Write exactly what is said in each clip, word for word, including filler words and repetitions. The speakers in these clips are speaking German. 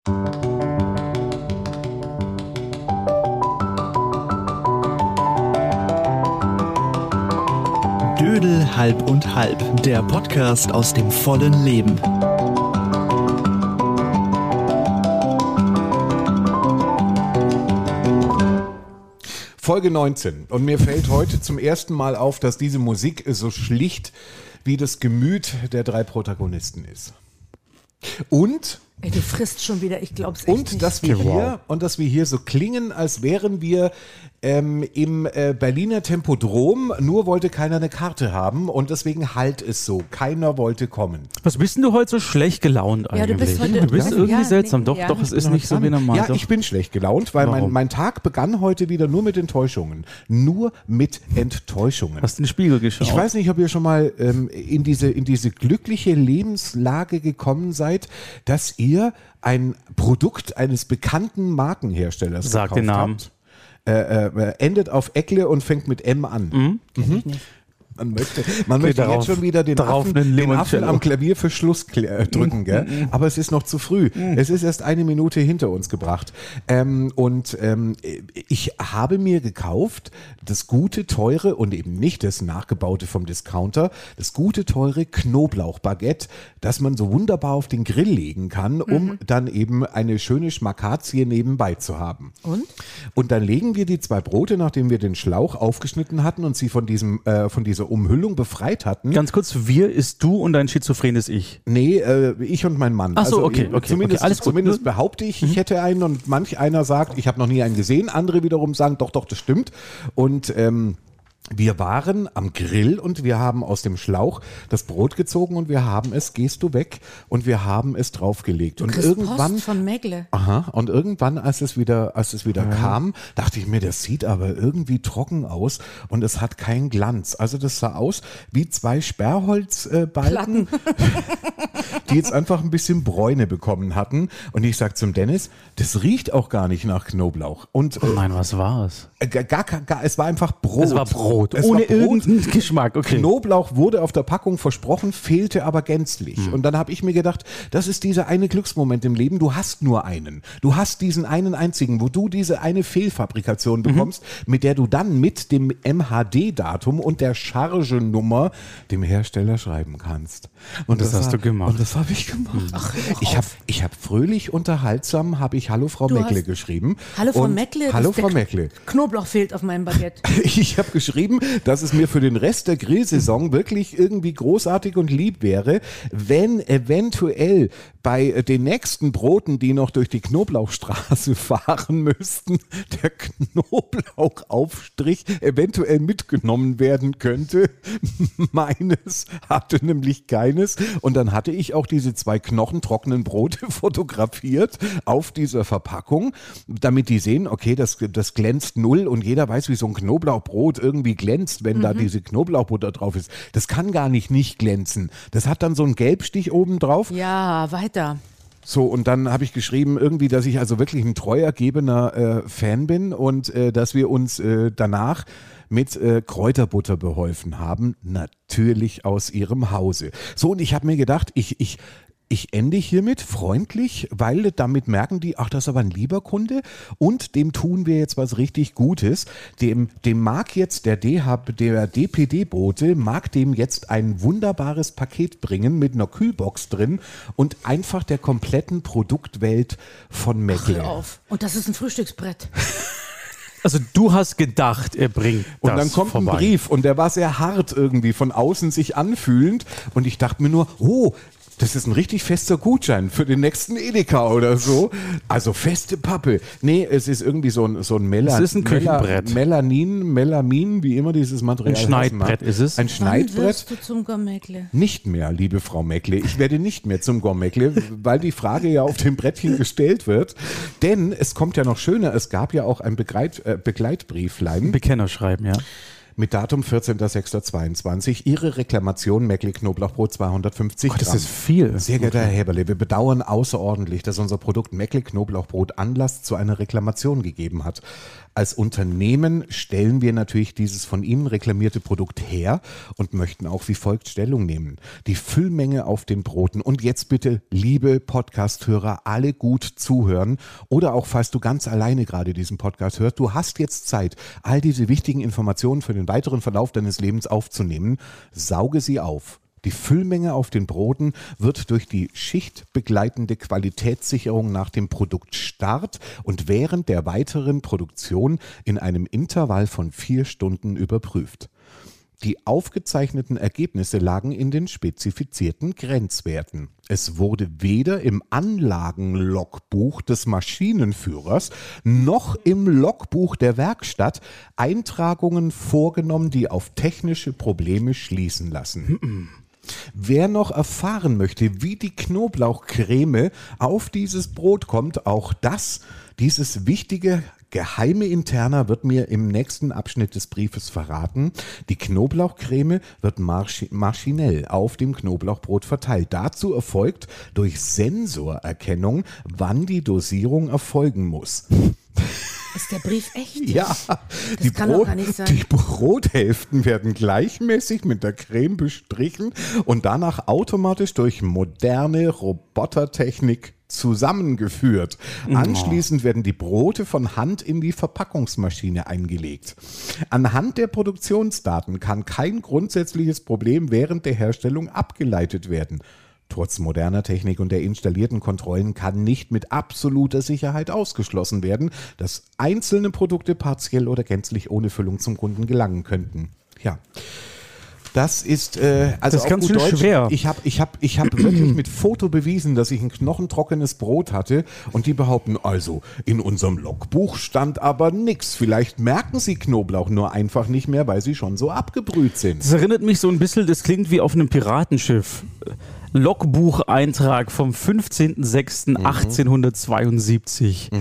Dödel halb und halb, der Podcast aus dem vollen Leben. Folge neunzehn. Und mir fällt heute zum ersten Mal auf, dass diese Musik so schlicht wie das Gemüt der drei Protagonisten ist. Und... Ey, du frisst schon wieder, ich glaub's echt und nicht. Dass wir Wow. hier, und dass wir hier so klingen, als wären wir ähm, im äh, Berliner Tempodrom, nur wollte keiner eine Karte haben und deswegen halt es so. Keiner wollte kommen. Was bist denn du heute so schlecht gelaunt Ja, eigentlich? du bist heute- du bist Ja, irgendwie ja, seltsam. nee, Doch, ja. doch, es Ich ist bin nicht heute so wie dran. normal. Ja, Doch. ich bin schlecht gelaunt, weil mein, Warum? mein Tag begann heute wieder nur mit Enttäuschungen. Nur mit Enttäuschungen. Hast du in den Spiegel geschaut? Ich weiß nicht, ob ihr schon mal ähm, in diese in diese glückliche Lebenslage gekommen seid, dass ihr ein Produkt eines bekannten Markenherstellers Sag den gekauft Namen. habt. Äh, äh, endet auf Eckle und fängt mit M an. Mhm. Kenn ich nicht. Man möchte, man möchte darauf- jetzt schon wieder den darauf Affen, einen den Affen Limoncello. am Klavier für Schluss kl- äh, drücken, gell? Aber es ist noch zu früh. Es ist erst eine Minute hinter uns gebracht. Ähm, und ähm, ich habe mir gekauft das gute, teure und eben nicht das nachgebaute vom Discounter, das gute, teure Knoblauchbaguette, das man so wunderbar auf den Grill legen kann, um Mhm. dann eben eine schöne Schmakazie nebenbei zu haben. Und? Und dann legen wir die zwei Brote, nachdem wir den Schlauch aufgeschnitten hatten und sie von diesem, äh, von dieser Umhüllung befreit hatten. Ganz kurz, wir ist du und dein schizophrenes Ich. Nee, äh, ich und mein Mann. Ach so, okay, ich- okay, Zumindest, okay, alles gut. zumindest behaupte ich, ich hätte einen und manch einer sagt, ich habe noch nie einen gesehen. Andere wiederum sagen, doch, doch, das stimmt. Und ähm, wir waren am Grill und wir haben aus dem Schlauch das Brot gezogen und wir haben es, gehst du weg, und wir haben es draufgelegt. Und Chris irgendwann... Post von Megle. Aha, und irgendwann, als es wieder, als es wieder kam, dachte ich mir, das sieht aber irgendwie trocken aus und es hat keinen Glanz. Also das sah aus wie zwei Sperrholzbalken, die jetzt einfach ein bisschen Bräune bekommen hatten. Und ich sag zum Dennis, das riecht auch gar nicht nach Knoblauch. Und Oh nein, was war's? äh, gar, gar, gar, es war einfach Brot. Es war Brot, Es ohne war Brot. irgendeinen Geschmack. Okay. Knoblauch wurde auf der Packung versprochen, fehlte aber gänzlich. Hm. Und dann habe ich mir gedacht, das ist dieser eine Glücksmoment im Leben. Du hast nur einen. Du hast diesen einen einzigen, wo du diese eine Fehlfabrikation bekommst, Mhm. mit der du dann mit dem M H D-Datum und der Chargenummer dem Hersteller schreiben kannst. Und Das hast war- du gemacht. Und das habe ich gemacht. ich habe ich hab fröhlich unterhaltsam, habe ich Hallo Frau Du Meckle hast- geschrieben. Hallo Frau Und Meckle. Hallo das- der Frau Meckle. Knoblauch fehlt auf meinem Baguette. Ich habe geschrieben, dass es mir für den Rest der Grillsaison wirklich irgendwie großartig und lieb wäre, wenn eventuell bei den nächsten Broten, die noch durch die Knoblauchstraße fahren müssten, der Knoblauchaufstrich eventuell mitgenommen werden könnte. Meines hatte nämlich keines. Und dann hatte ich auch diese zwei knochentrockenen Brote fotografiert auf dieser Verpackung, damit die sehen, okay, das, das glänzt null und jeder weiß, wie so ein Knoblauchbrot irgendwie glänzt, wenn da diese Knoblauchbutter drauf ist. Das kann gar nicht nicht glänzen. Das hat dann so einen Gelbstich oben drauf. Ja, weiter. So, und dann habe ich geschrieben irgendwie, dass ich also wirklich ein treu ergebener äh, Fan bin und äh, dass wir uns äh, danach mit äh, Kräuterbutter beholfen haben, natürlich aus ihrem Hause. So, und ich habe mir gedacht, ich, ich, ich ende hiermit freundlich, weil damit merken die, ach, das ist aber ein lieber Kunde und dem tun wir jetzt was richtig Gutes. Dem, dem mag jetzt der, D H, der D P D-Bote, mag dem jetzt ein wunderbares Paket bringen mit einer Kühlbox drin und einfach der kompletten Produktwelt von Meckle. Hör auf. Und das ist ein Frühstücksbrett. Also du hast gedacht, er bringt Und das dann kommt vorbei. ein Brief und der war sehr hart irgendwie, von außen sich anfühlend. Und ich dachte mir nur, oh, das ist ein richtig fester Gutschein für den nächsten Edeka oder so. Also feste Pappe. Nee, es ist irgendwie so ein, so ein, Mela, Es ist ein Küchenbrett. Melanin, Melamin, wie immer dieses Material Ein Schneidbrett heißen mag. ist es. Ein Wann Schneidbrett. wirst du zum Gourmetle? Nicht mehr, liebe Frau Meckle. Ich werde nicht mehr zum Gourmetle, weil die Frage ja auf dem Brettchen gestellt wird. Denn es kommt ja noch schöner, es gab ja auch ein Begleit, äh, Begleitbrieflein. Bekenner schreiben, ja. mit Datum vierzehnter sechster zweiundzwanzig Ihre Reklamation Mäckle Knoblauchbrot zweihundertfünfzig Gott, das Gramm. ist viel. Sehr geehrter Herr Heberle, wir bedauern außerordentlich, dass unser Produkt Mäckle Knoblauchbrot Anlass zu einer Reklamation gegeben hat. Als Unternehmen stellen wir natürlich dieses von Ihnen reklamierte Produkt her und möchten auch wie folgt Stellung nehmen. Die Füllmenge auf den Broten und jetzt bitte, liebe Podcast-Hörer, alle gut zuhören oder auch, falls du ganz alleine gerade diesen Podcast hörst, du hast jetzt Zeit, all diese wichtigen Informationen für den weiteren Verlauf deines Lebens aufzunehmen. Sauge sie auf. Die Füllmenge auf den Broten wird durch die schichtbegleitende Qualitätssicherung nach dem Produktstart und während der weiteren Produktion in einem Intervall von vier Stunden überprüft. Die aufgezeichneten Ergebnisse lagen in den spezifizierten Grenzwerten. Es wurde weder im Anlagenlogbuch des Maschinenführers noch im Logbuch der Werkstatt Eintragungen vorgenommen, die auf technische Probleme schließen lassen. Wer noch erfahren möchte, wie die Knoblauchcreme auf dieses Brot kommt, auch das, dieses wichtige geheime Interna wird mir im nächsten Abschnitt des Briefes verraten. Die Knoblauchcreme wird masch- maschinell auf dem Knoblauchbrot verteilt. Dazu erfolgt durch Sensorerkennung, wann die Dosierung erfolgen muss. Ist der Brief echt? Ja, Das die, kann doch Brot, gar nicht sein. die Brothälften werden gleichmäßig mit der Creme bestrichen und danach automatisch durch moderne Robotertechnik zusammengeführt. Anschließend werden die Brote von Hand in die Verpackungsmaschine eingelegt. Anhand der Produktionsdaten kann kein grundsätzliches Problem während der Herstellung abgeleitet werden. Trotz moderner Technik und der installierten Kontrollen kann nicht mit absoluter Sicherheit ausgeschlossen werden, dass einzelne Produkte partiell oder gänzlich ohne Füllung zum Kunden gelangen könnten. Ja. Das ist, äh, also Das ist auf ganz gut schön Deutsch, schwer. ich habe ich hab, ich hab wirklich mit Foto bewiesen, dass ich ein knochentrockenes Brot hatte und die behaupten, also in unserem Logbuch stand aber nichts. Vielleicht merken sie Knoblauch nur einfach nicht mehr, weil sie schon so abgebrüht sind. Das erinnert mich so ein bisschen, das klingt wie auf einem Piratenschiff. Logbucheintrag vom fünfzehnten sechsten achtzehnhundertzweiundsiebzig.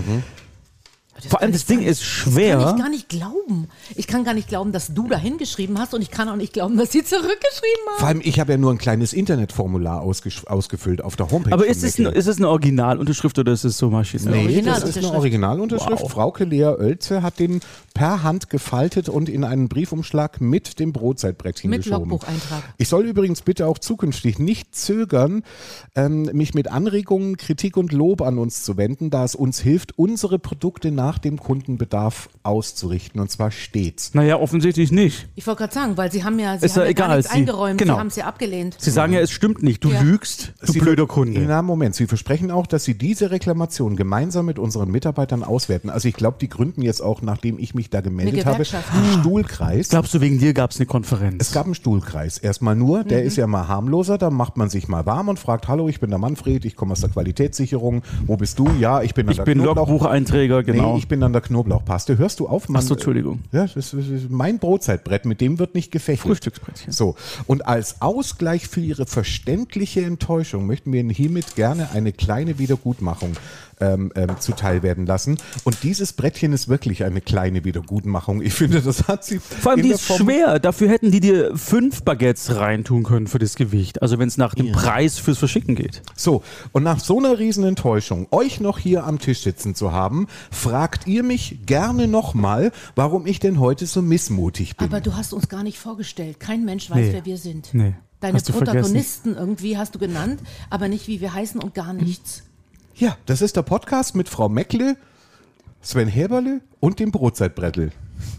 Vor allem das Ding ist Das schwer. kann ich gar nicht glauben. Ich kann gar nicht glauben, dass du da hingeschrieben hast und ich kann auch nicht glauben, dass sie zurückgeschrieben haben. Vor allem, ich habe ja nur ein kleines Internetformular ausges- ausgefüllt auf der Homepage. Aber von ist es, ein, Mäckle. ist es eine Originalunterschrift oder ist es so maschinell? Nee, das ist Originalunterschrift. eine Originalunterschrift. Wow. Frauke Lea Oelze hat den per Hand gefaltet und in einen Briefumschlag mit dem Brotzeitbrettchen Mit geschoben. Logbucheintrag. Ich soll übrigens bitte auch zukünftig nicht zögern, ähm, mich mit Anregungen, Kritik und Lob an uns zu wenden, da es uns hilft, unsere Produkte nach dem Kundenbedarf auszurichten, und zwar stets. Naja, offensichtlich nicht. Ich wollte gerade sagen, weil sie haben ja, sie Ist haben ja ja egal, gar nichts sie- eingeräumt, genau. sie haben es ja abgelehnt. Sie sagen ja, es stimmt nicht. Du Ja. lügst, du Sie blöder ver- Kunde. Na, Moment, Sie versprechen auch, dass Sie diese Reklamation gemeinsam mit unseren Mitarbeitern auswerten. Also ich glaube, die gründen jetzt auch, nachdem ich mich da gemeldet habe, Gewerkschaft. einen Stuhlkreis. Glaubst du, wegen dir gab es eine Konferenz? Es gab einen Stuhlkreis. Erstmal nur, Mhm. der ist ja mal harmloser, da macht man sich mal warm und fragt, hallo, ich bin der Manfred, ich komme aus der Qualitätssicherung. Wo bist du? Ja, ich bin an ich der bin Knoblauch. Logbucheinträger, genau. Nee, ich bin an der Knoblauchpaste. Hörst du auf, Mann? Achso, Entschuldigung. Ja, das ist, das ist mein Brotzeitbrett, mit dem wird nicht gefechtet. Frühstücksbrettchen. So, und als Ausgleich für Ihre verständliche Enttäuschung möchten wir Ihnen hiermit gerne eine kleine Wiedergutmachung ähm, ähm, zuteil werden lassen. Und dieses Brettchen ist wirklich eine kleine Wiedergutmachung. Ich finde, das hat sie Vor allem, in die der ist Form- schwer. Dafür hätten die dir fünf Baguettes reintun können für das Gewicht. Also wenn es nach dem Preis fürs Verschicken geht. So, und nach so einer riesen Enttäuschung, euch noch hier am Tisch sitzen zu haben, fragt ihr mich gerne nochmal, warum ich denn heute so missmutig bin. Aber du hast uns gar nicht vorgestellt. Kein Mensch weiß, Nee. wer wir sind. Nee. Deine Hast du vergessen. Protagonisten irgendwie hast du genannt, aber nicht wie wir heißen und gar nichts. Ja, das ist der Podcast mit Frau Mäckle, Sven Heberle und dem Brotzeitbrettel.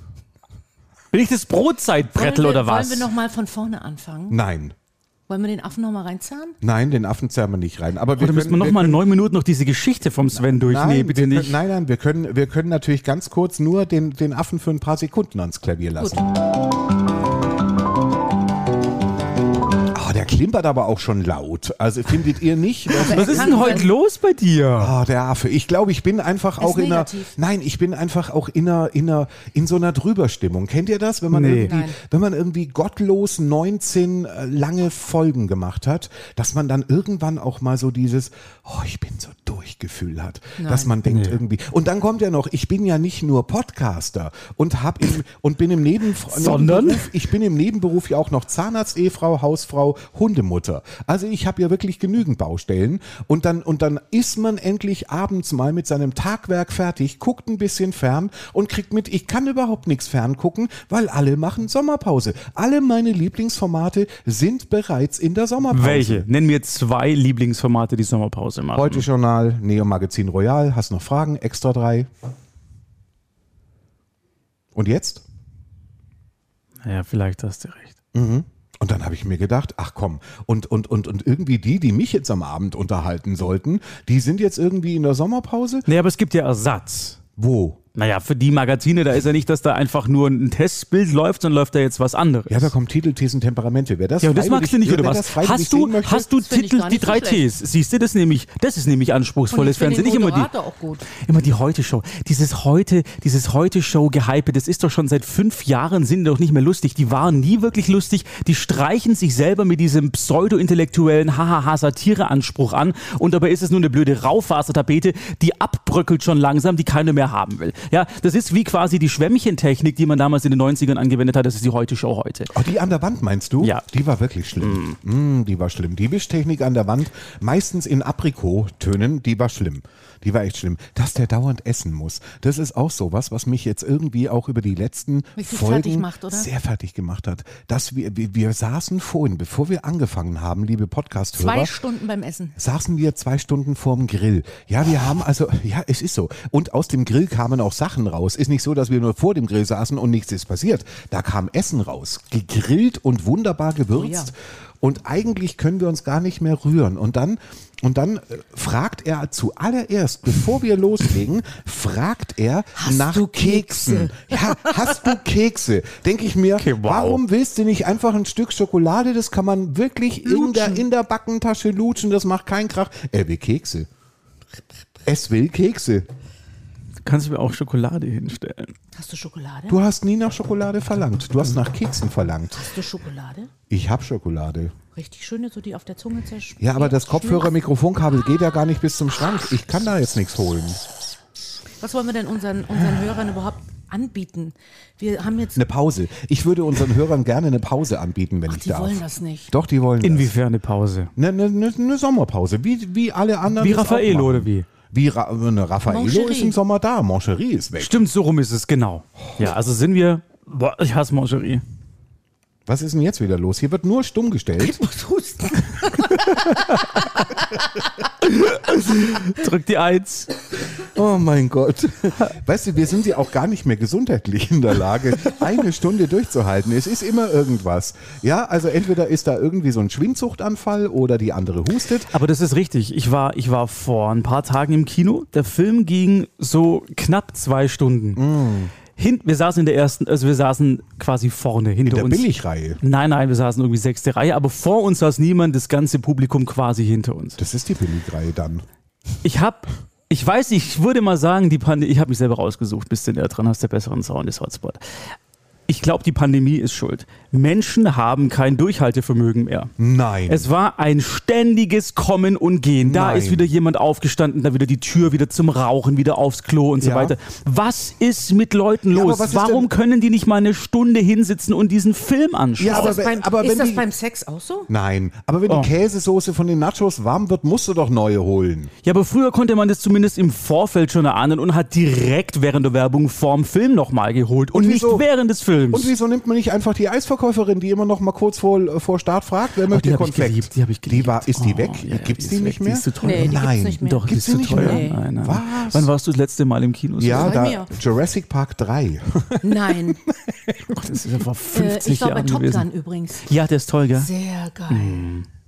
Bin ich das Brotzeitbrettel Wollen wir, oder was? Wollen wir nochmal von vorne anfangen? Nein. Wollen wir den Affen nochmal reinzahlen? Nein, den Affen zerren wir nicht rein. Aber wir Oder müssen wir können- nochmal können- neun Minuten noch diese Geschichte vom Sven durch? Nein, nee, bitte wir nicht. Können, nein, nein, wir können, wir können natürlich ganz kurz nur den, den Affen für ein paar Sekunden ans Klavier lassen. Gut. Oh, der klimpert aber auch schon laut. Also findet ihr nicht? Aber Was er ist kann denn heute sein- los bei dir? Ah, der Affe. Ich glaube, ich bin einfach auch in einer, negativ. nein, ich bin einfach auch in einer, in einer, in so einer Drüberstimmung. Kennt ihr das? Wenn man Nee. irgendwie, Nein. wenn man irgendwie gottlos neunzehn äh, lange Folgen gemacht hat, dass man dann irgendwann auch mal so dieses, oh, ich bin so Durchgefühl hat, dass man denkt irgendwie. Und dann kommt ja noch, ich bin ja nicht nur Podcaster und hab im, und bin im Neben, Sondern? Nebenberuf, ich bin im Nebenberuf ja auch noch Zahnarzt-Ehefrau, Hausfrau, Hundemutter. Also ich habe ja wirklich genügend Baustellen und dann und dann ist man endlich abends mal mit seinem Tagwerk fertig, guckt ein bisschen fern und kriegt mit, ich kann überhaupt nichts fern gucken, weil alle machen Sommerpause. Alle meine Lieblingsformate sind bereits in der Sommerpause. Welche? Nenn mir zwei Lieblingsformate, die Sommerpause machen. Heute Journal, Neo Magazin Royal, hast noch Fragen? Extra drei. Und jetzt? Ja, vielleicht hast du recht. Und dann habe ich mir gedacht, ach komm, und, und, und, und irgendwie die, die mich jetzt am Abend unterhalten sollten, die sind jetzt irgendwie in der Sommerpause? Nee, aber es gibt ja Ersatz. Wo? Naja, für die Magazine, da ist ja nicht, dass da einfach nur ein Testbild läuft, sondern läuft da jetzt was anderes. Ja, da kommen Titel, Thesen, Temperamente. Wer das Ja, und das freiwillig- magst du nicht, wer oder das was? freiwillig Hast du, sehen möchte, hast du Das finde ich Titel, gar die nicht so drei schlecht. Ts? Siehst du, das nämlich, das ist nämlich anspruchsvoll. Und Das ich finde Fernsehen, den nicht immer die, Moderator auch gut. immer die Heute-Show. Dieses Heute, dieses Heute-Show-Gehype, das ist doch schon seit fünf Jahren, sind doch nicht mehr lustig. Die waren nie wirklich lustig. Die streichen sich selber mit diesem pseudo-intellektuellen Hahaha-Satire-Anspruch an. Und dabei ist es nur eine blöde Raufasertapete, die abbröckelt schon langsam, die keiner mehr haben will. Ja, das ist wie quasi die Schwämmchentechnik, die man damals in den neunzigern angewendet hat. Das ist die Heute-Show heute. Oh, die an der Wand meinst du? Ja. Die war wirklich schlimm. Mm, die war schlimm. Die Wischtechnik an der Wand, meistens in Aprikot-Tönen, die war schlimm. Die war echt schlimm. Dass der dauernd essen muss, das ist auch sowas, was mich jetzt irgendwie auch über die letzten Richtig Folgen fertig macht, oder? sehr fertig gemacht hat. Dass wir, wir, wir saßen vorhin, bevor wir angefangen haben, liebe Podcast-Hörer, Zwei Stunden beim Essen. saßen wir zwei Stunden vorm Grill. Ja, wir haben also, ja, es ist so. Und aus dem Grill kamen auch Sachen raus. Ist nicht so, dass wir nur vor dem Grill saßen und nichts ist passiert. Da kam Essen raus. Gegrillt und wunderbar gewürzt. Und eigentlich können wir uns gar nicht mehr rühren. Und dann, und dann äh, fragt er zuallererst, bevor wir loslegen, fragt er Hast nach du Keksen. Kekse? Ja, hast du Kekse? Denke ich mir, Okay, wow. warum willst du nicht einfach ein Stück Schokolade? Das kann man wirklich in der, in der Backentasche lutschen, das macht keinen Krach. Er will Kekse. Es will Kekse. Du kannst mir auch Schokolade hinstellen. Hast du Schokolade? Du hast nie nach Schokolade verlangt. Du hast nach Keksen verlangt. Hast du Schokolade? Ich hab Schokolade. Richtig schöne, so die auf der Zunge zerschmiert. Ja, aber das Kopfhörer-Mikrofonkabel geht ja gar nicht bis zum Schrank. Ich kann da jetzt nichts holen. Was wollen wir denn unseren, unseren Hörern überhaupt anbieten? Wir haben jetzt. Eine Pause. Ich würde unseren Hörern gerne eine Pause anbieten, wenn Ach, ich die darf. wollen das nicht. Doch, die wollen Inwiefern eine Pause? das. Eine, eine, eine Sommerpause, wie, wie alle anderen. Wie das auch Raffaello machen. oder wie? Wie Ra eine Raffaello Moncherie. ist im Sommer da. Moncherie ist weg. Stimmt, so rum ist es, genau. Ja, also sind wir. Boah, ich hasse Mangerie. Was ist denn jetzt wieder los? Hier wird nur stumm gestellt. muss husten. Drück die Eins. Oh mein Gott. Weißt du, wir sind ja auch gar nicht mehr gesundheitlich in der Lage, eine Stunde durchzuhalten. Es ist immer irgendwas. Ja, also entweder ist da irgendwie so ein Schwindsuchtanfall oder die andere hustet. Aber das ist richtig. Ich war, ich war vor ein paar Tagen im Kino. Der Film ging so knapp zwei Stunden. Hint, wir saßen in der ersten, also wir saßen quasi vorne hinter In der uns. Billigreihe. Nein, nein, wir saßen irgendwie sechste Reihe, aber vor uns saß niemand, das ganze Publikum quasi hinter uns. Das ist die Billigreihe dann. Ich hab, ich weiß nicht, ich würde mal sagen, die Pandemie, ich habe mich selber rausgesucht, bist du näher dran, hast der besseren Sound, ist Hotspot. Ich glaube, die Pandemie ist schuld. Menschen haben kein Durchhaltevermögen mehr. Nein. Es war ein ständiges Kommen und Gehen. Da Nein. ist wieder jemand aufgestanden, da wieder die Tür wieder zum Rauchen, wieder aufs Klo und so Ja. weiter. Was ist mit Leuten Ja, los? aber was ist Warum denn- können die nicht mal eine Stunde hinsitzen und diesen Film anschauen? Ja, Ist aber das, wenn- beim, aber ist wenn das die- beim Sex auch so? Nein. Aber wenn Oh. die Käsesoße von den Nachos warm wird, musst du doch neue holen. Ja, aber früher konnte man das zumindest im Vorfeld schon erahnen und hat direkt während der Werbung vorm Film nochmal geholt und, Und nicht wieso? während des Films. Und wieso nimmt man nicht einfach die Eisverkäuferin, die immer noch mal kurz vor, vor Start fragt, wer möchte die hab ich Konfekt? geliebt, die hab ich geliebt. Die war, ist die Oh, weg? ja, ja, Gibt's die die, ist nicht weg, mehr? die ist zu teuer. Nee, die gibt's Nein. nicht mehr. Doch, die Gibt's ist die zu nicht teuer. mehr? Nein, nein. Was? Wann warst du das letzte Mal im Kino? Ja, Bei da mir. Jurassic Park drei. Nein. Das ist ja vor äh, fünfzig ich war bei Jahren Top gewesen. Gun übrigens. Ja, der ist toll, gell? Sehr geil.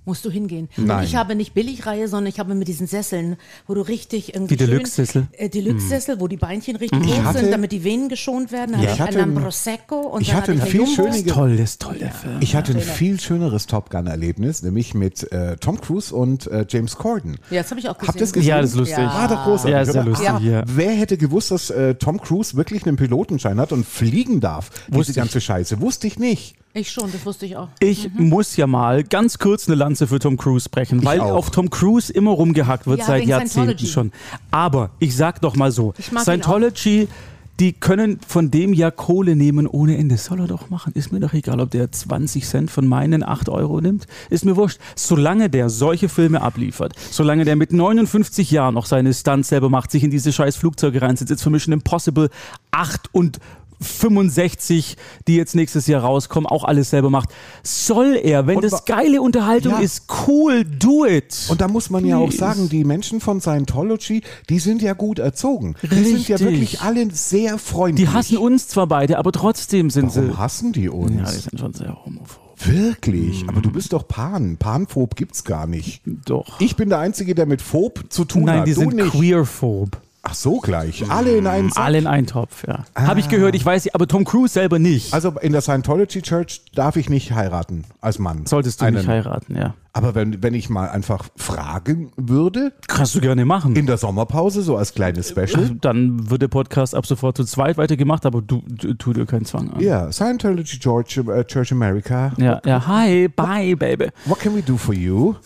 Musst du hingehen. Nein. Und ich habe nicht Billigreihe, sondern ich habe mit diesen Sesseln, wo du richtig irgendwie Die schön, Deluxe-Sessel? Äh, Deluxe-Sessel, wo die Beinchen richtig Ich hoch hatte- sind, damit die Venen geschont werden. Dann Ja. hatte Ich ich hatte einen ein- Prosecco und ich dann hatte hatte ich ein eine viel Jumbo. schöne- Das ist toll, das ist toll, der Film. Ich hatte ein viel schöneres Top Gun-Erlebnis, nämlich mit äh, Tom Cruise und äh, James Corden. Ja, das habe ich auch gesehen. Habt ihr es gesehen? Ja, das ist lustig. Ja. War doch großartig, Ja, sehr oder? lustig, Ja. ja. Wer hätte gewusst, dass äh, Tom Cruise wirklich einen Pilotenschein hat und fliegen darf? Wusste Diese ich. ganze Scheiße. Wusste ich nicht. Ich schon, das wusste ich auch. Ich muss ja mal ganz kurz eine Lanze für Tom Cruise brechen, weil auch. auf Tom Cruise immer rumgehackt wird Ja, seit wegen Jahrzehnten Scientology. schon. Aber ich sag doch mal so, Ich mag ihn Scientology, die können von dem ja Kohle nehmen ohne Ende. Soll er doch machen. Ist mir doch egal, ob der zwanzig Cent von meinen acht Euro nimmt. Ist mir wurscht. Solange der solche Filme abliefert, solange der mit neunundfünfzig Jahren noch seine Stunts selber macht, sich in diese scheiß Flugzeuge reinsetzt, jetzt für Mission Impossible acht und fünfundsechzig, die jetzt nächstes Jahr rauskommen, auch alles selber macht. Soll er, wenn Und wa- das geile Unterhaltung Ja. ist, cool, do it. Und da muss man ja auch Please. sagen, die Menschen von Scientology, die sind ja gut erzogen. Die sind ja Richtig. wirklich alle sehr freundlich. Die hassen uns zwar beide, aber trotzdem sind Warum sie... hassen die Ja, die uns? sind schon sehr homophob. Wirklich? Aber du bist doch Pan. Panphob gibt's gar nicht. Doch. Ich bin der Einzige, der mit Phob zu tun Nein, hat. die du sind nicht. queerphob. Ach so, gleich. Alle in einen Sack. Alle in einen Topf, ja. Habe ich gehört, ich weiß nicht, aber Tom Cruise selber nicht. Also in der Scientology Church darf ich nicht heiraten als Mann. Solltest du Einen- nicht heiraten, ja. Aber wenn, wenn ich mal einfach fragen würde, Kannst du gerne machen. in der Sommerpause, so als kleines Special. Dann wird der Podcast ab sofort zu zweit weitergemacht, aber du, du tu dir keinen Zwang an. Ja, Scientology Church, äh, Church America. Ja, ja, hi, bye, baby. What can we do for you?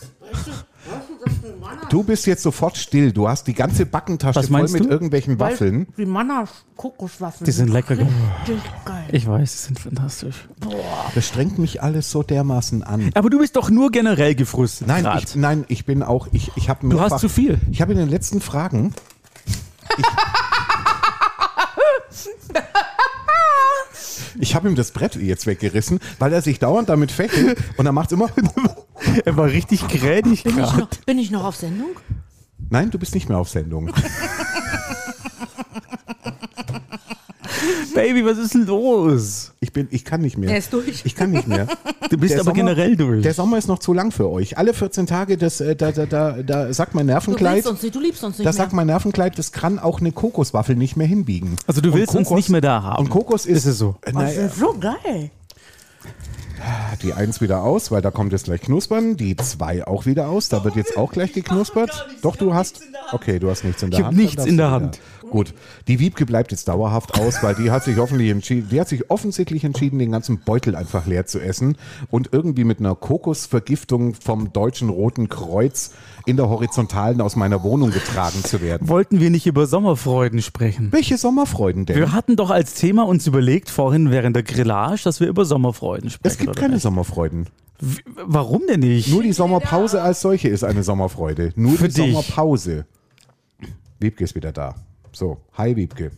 Du bist jetzt sofort still. Du hast die ganze Backentasche Was voll meinst mit du? irgendwelchen Waffeln. Die Mannas Kokoswaffeln. Die sind lecker. Richtig geil. Ich weiß, sie sind fantastisch. Das strengt mich alles so dermaßen an. Aber du bist doch nur generell gefrustet. Nein, grad. ich, nein, ich bin auch, ich, ich habe Du hast zu viel. Ich habe in den letzten Fragen. Ich, ich habe ihm das Brett jetzt weggerissen, weil er sich dauernd damit fächelt und er macht immer. Er war richtig grädig Bin ich, gerade. noch, bin ich noch auf Sendung? Nein, du bist nicht mehr auf Sendung. Baby, was ist denn los? Ich bin, ich kann nicht mehr. Er ist durch. Ich kann nicht mehr. Du bist Der aber Sommer- generell durch. Der Sommer ist noch zu lang für euch. Alle vierzehn Tage, das, äh, da, da, da, da sagt mein Du Nervenkleid. liebst uns nicht, du liebst uns nicht Das mehr. sagt mein Nervenkleid, das kann auch eine Kokoswaffel nicht mehr hinbiegen. Also du Und willst uns nicht mehr da haben. Und Kokos ist, Ist es so? Äh, Oh, na, das ist so geil. die eins wieder aus, weil da kommt jetzt gleich Knuspern. Die zwei auch wieder aus, da wird jetzt auch gleich geknuspert. Doch, du hast. Okay, du hast nichts in der Ich hab Hand. nichts dann in der darfst du Hand. wieder. Gut, die Wiebke bleibt jetzt dauerhaft aus, weil die hat sich hoffentlich entschieden, die hat sich offensichtlich entschieden, den ganzen Beutel einfach leer zu essen und irgendwie mit einer Kokosvergiftung vom Deutschen Roten Kreuz in der Horizontalen aus meiner Wohnung getragen zu werden. Wollten wir nicht über Sommerfreuden sprechen? Welche Sommerfreuden denn? Wir hatten doch als Thema uns überlegt, vorhin während der Grillage, dass wir über Sommerfreuden sprechen. Es gibt oder keine nicht? Sommerfreuden. W- Warum denn nicht? Nur die Sommerpause als solche ist eine Sommerfreude. Nur Für die dich. Sommerpause. Wiebke ist wieder da. So, hi Wiebke.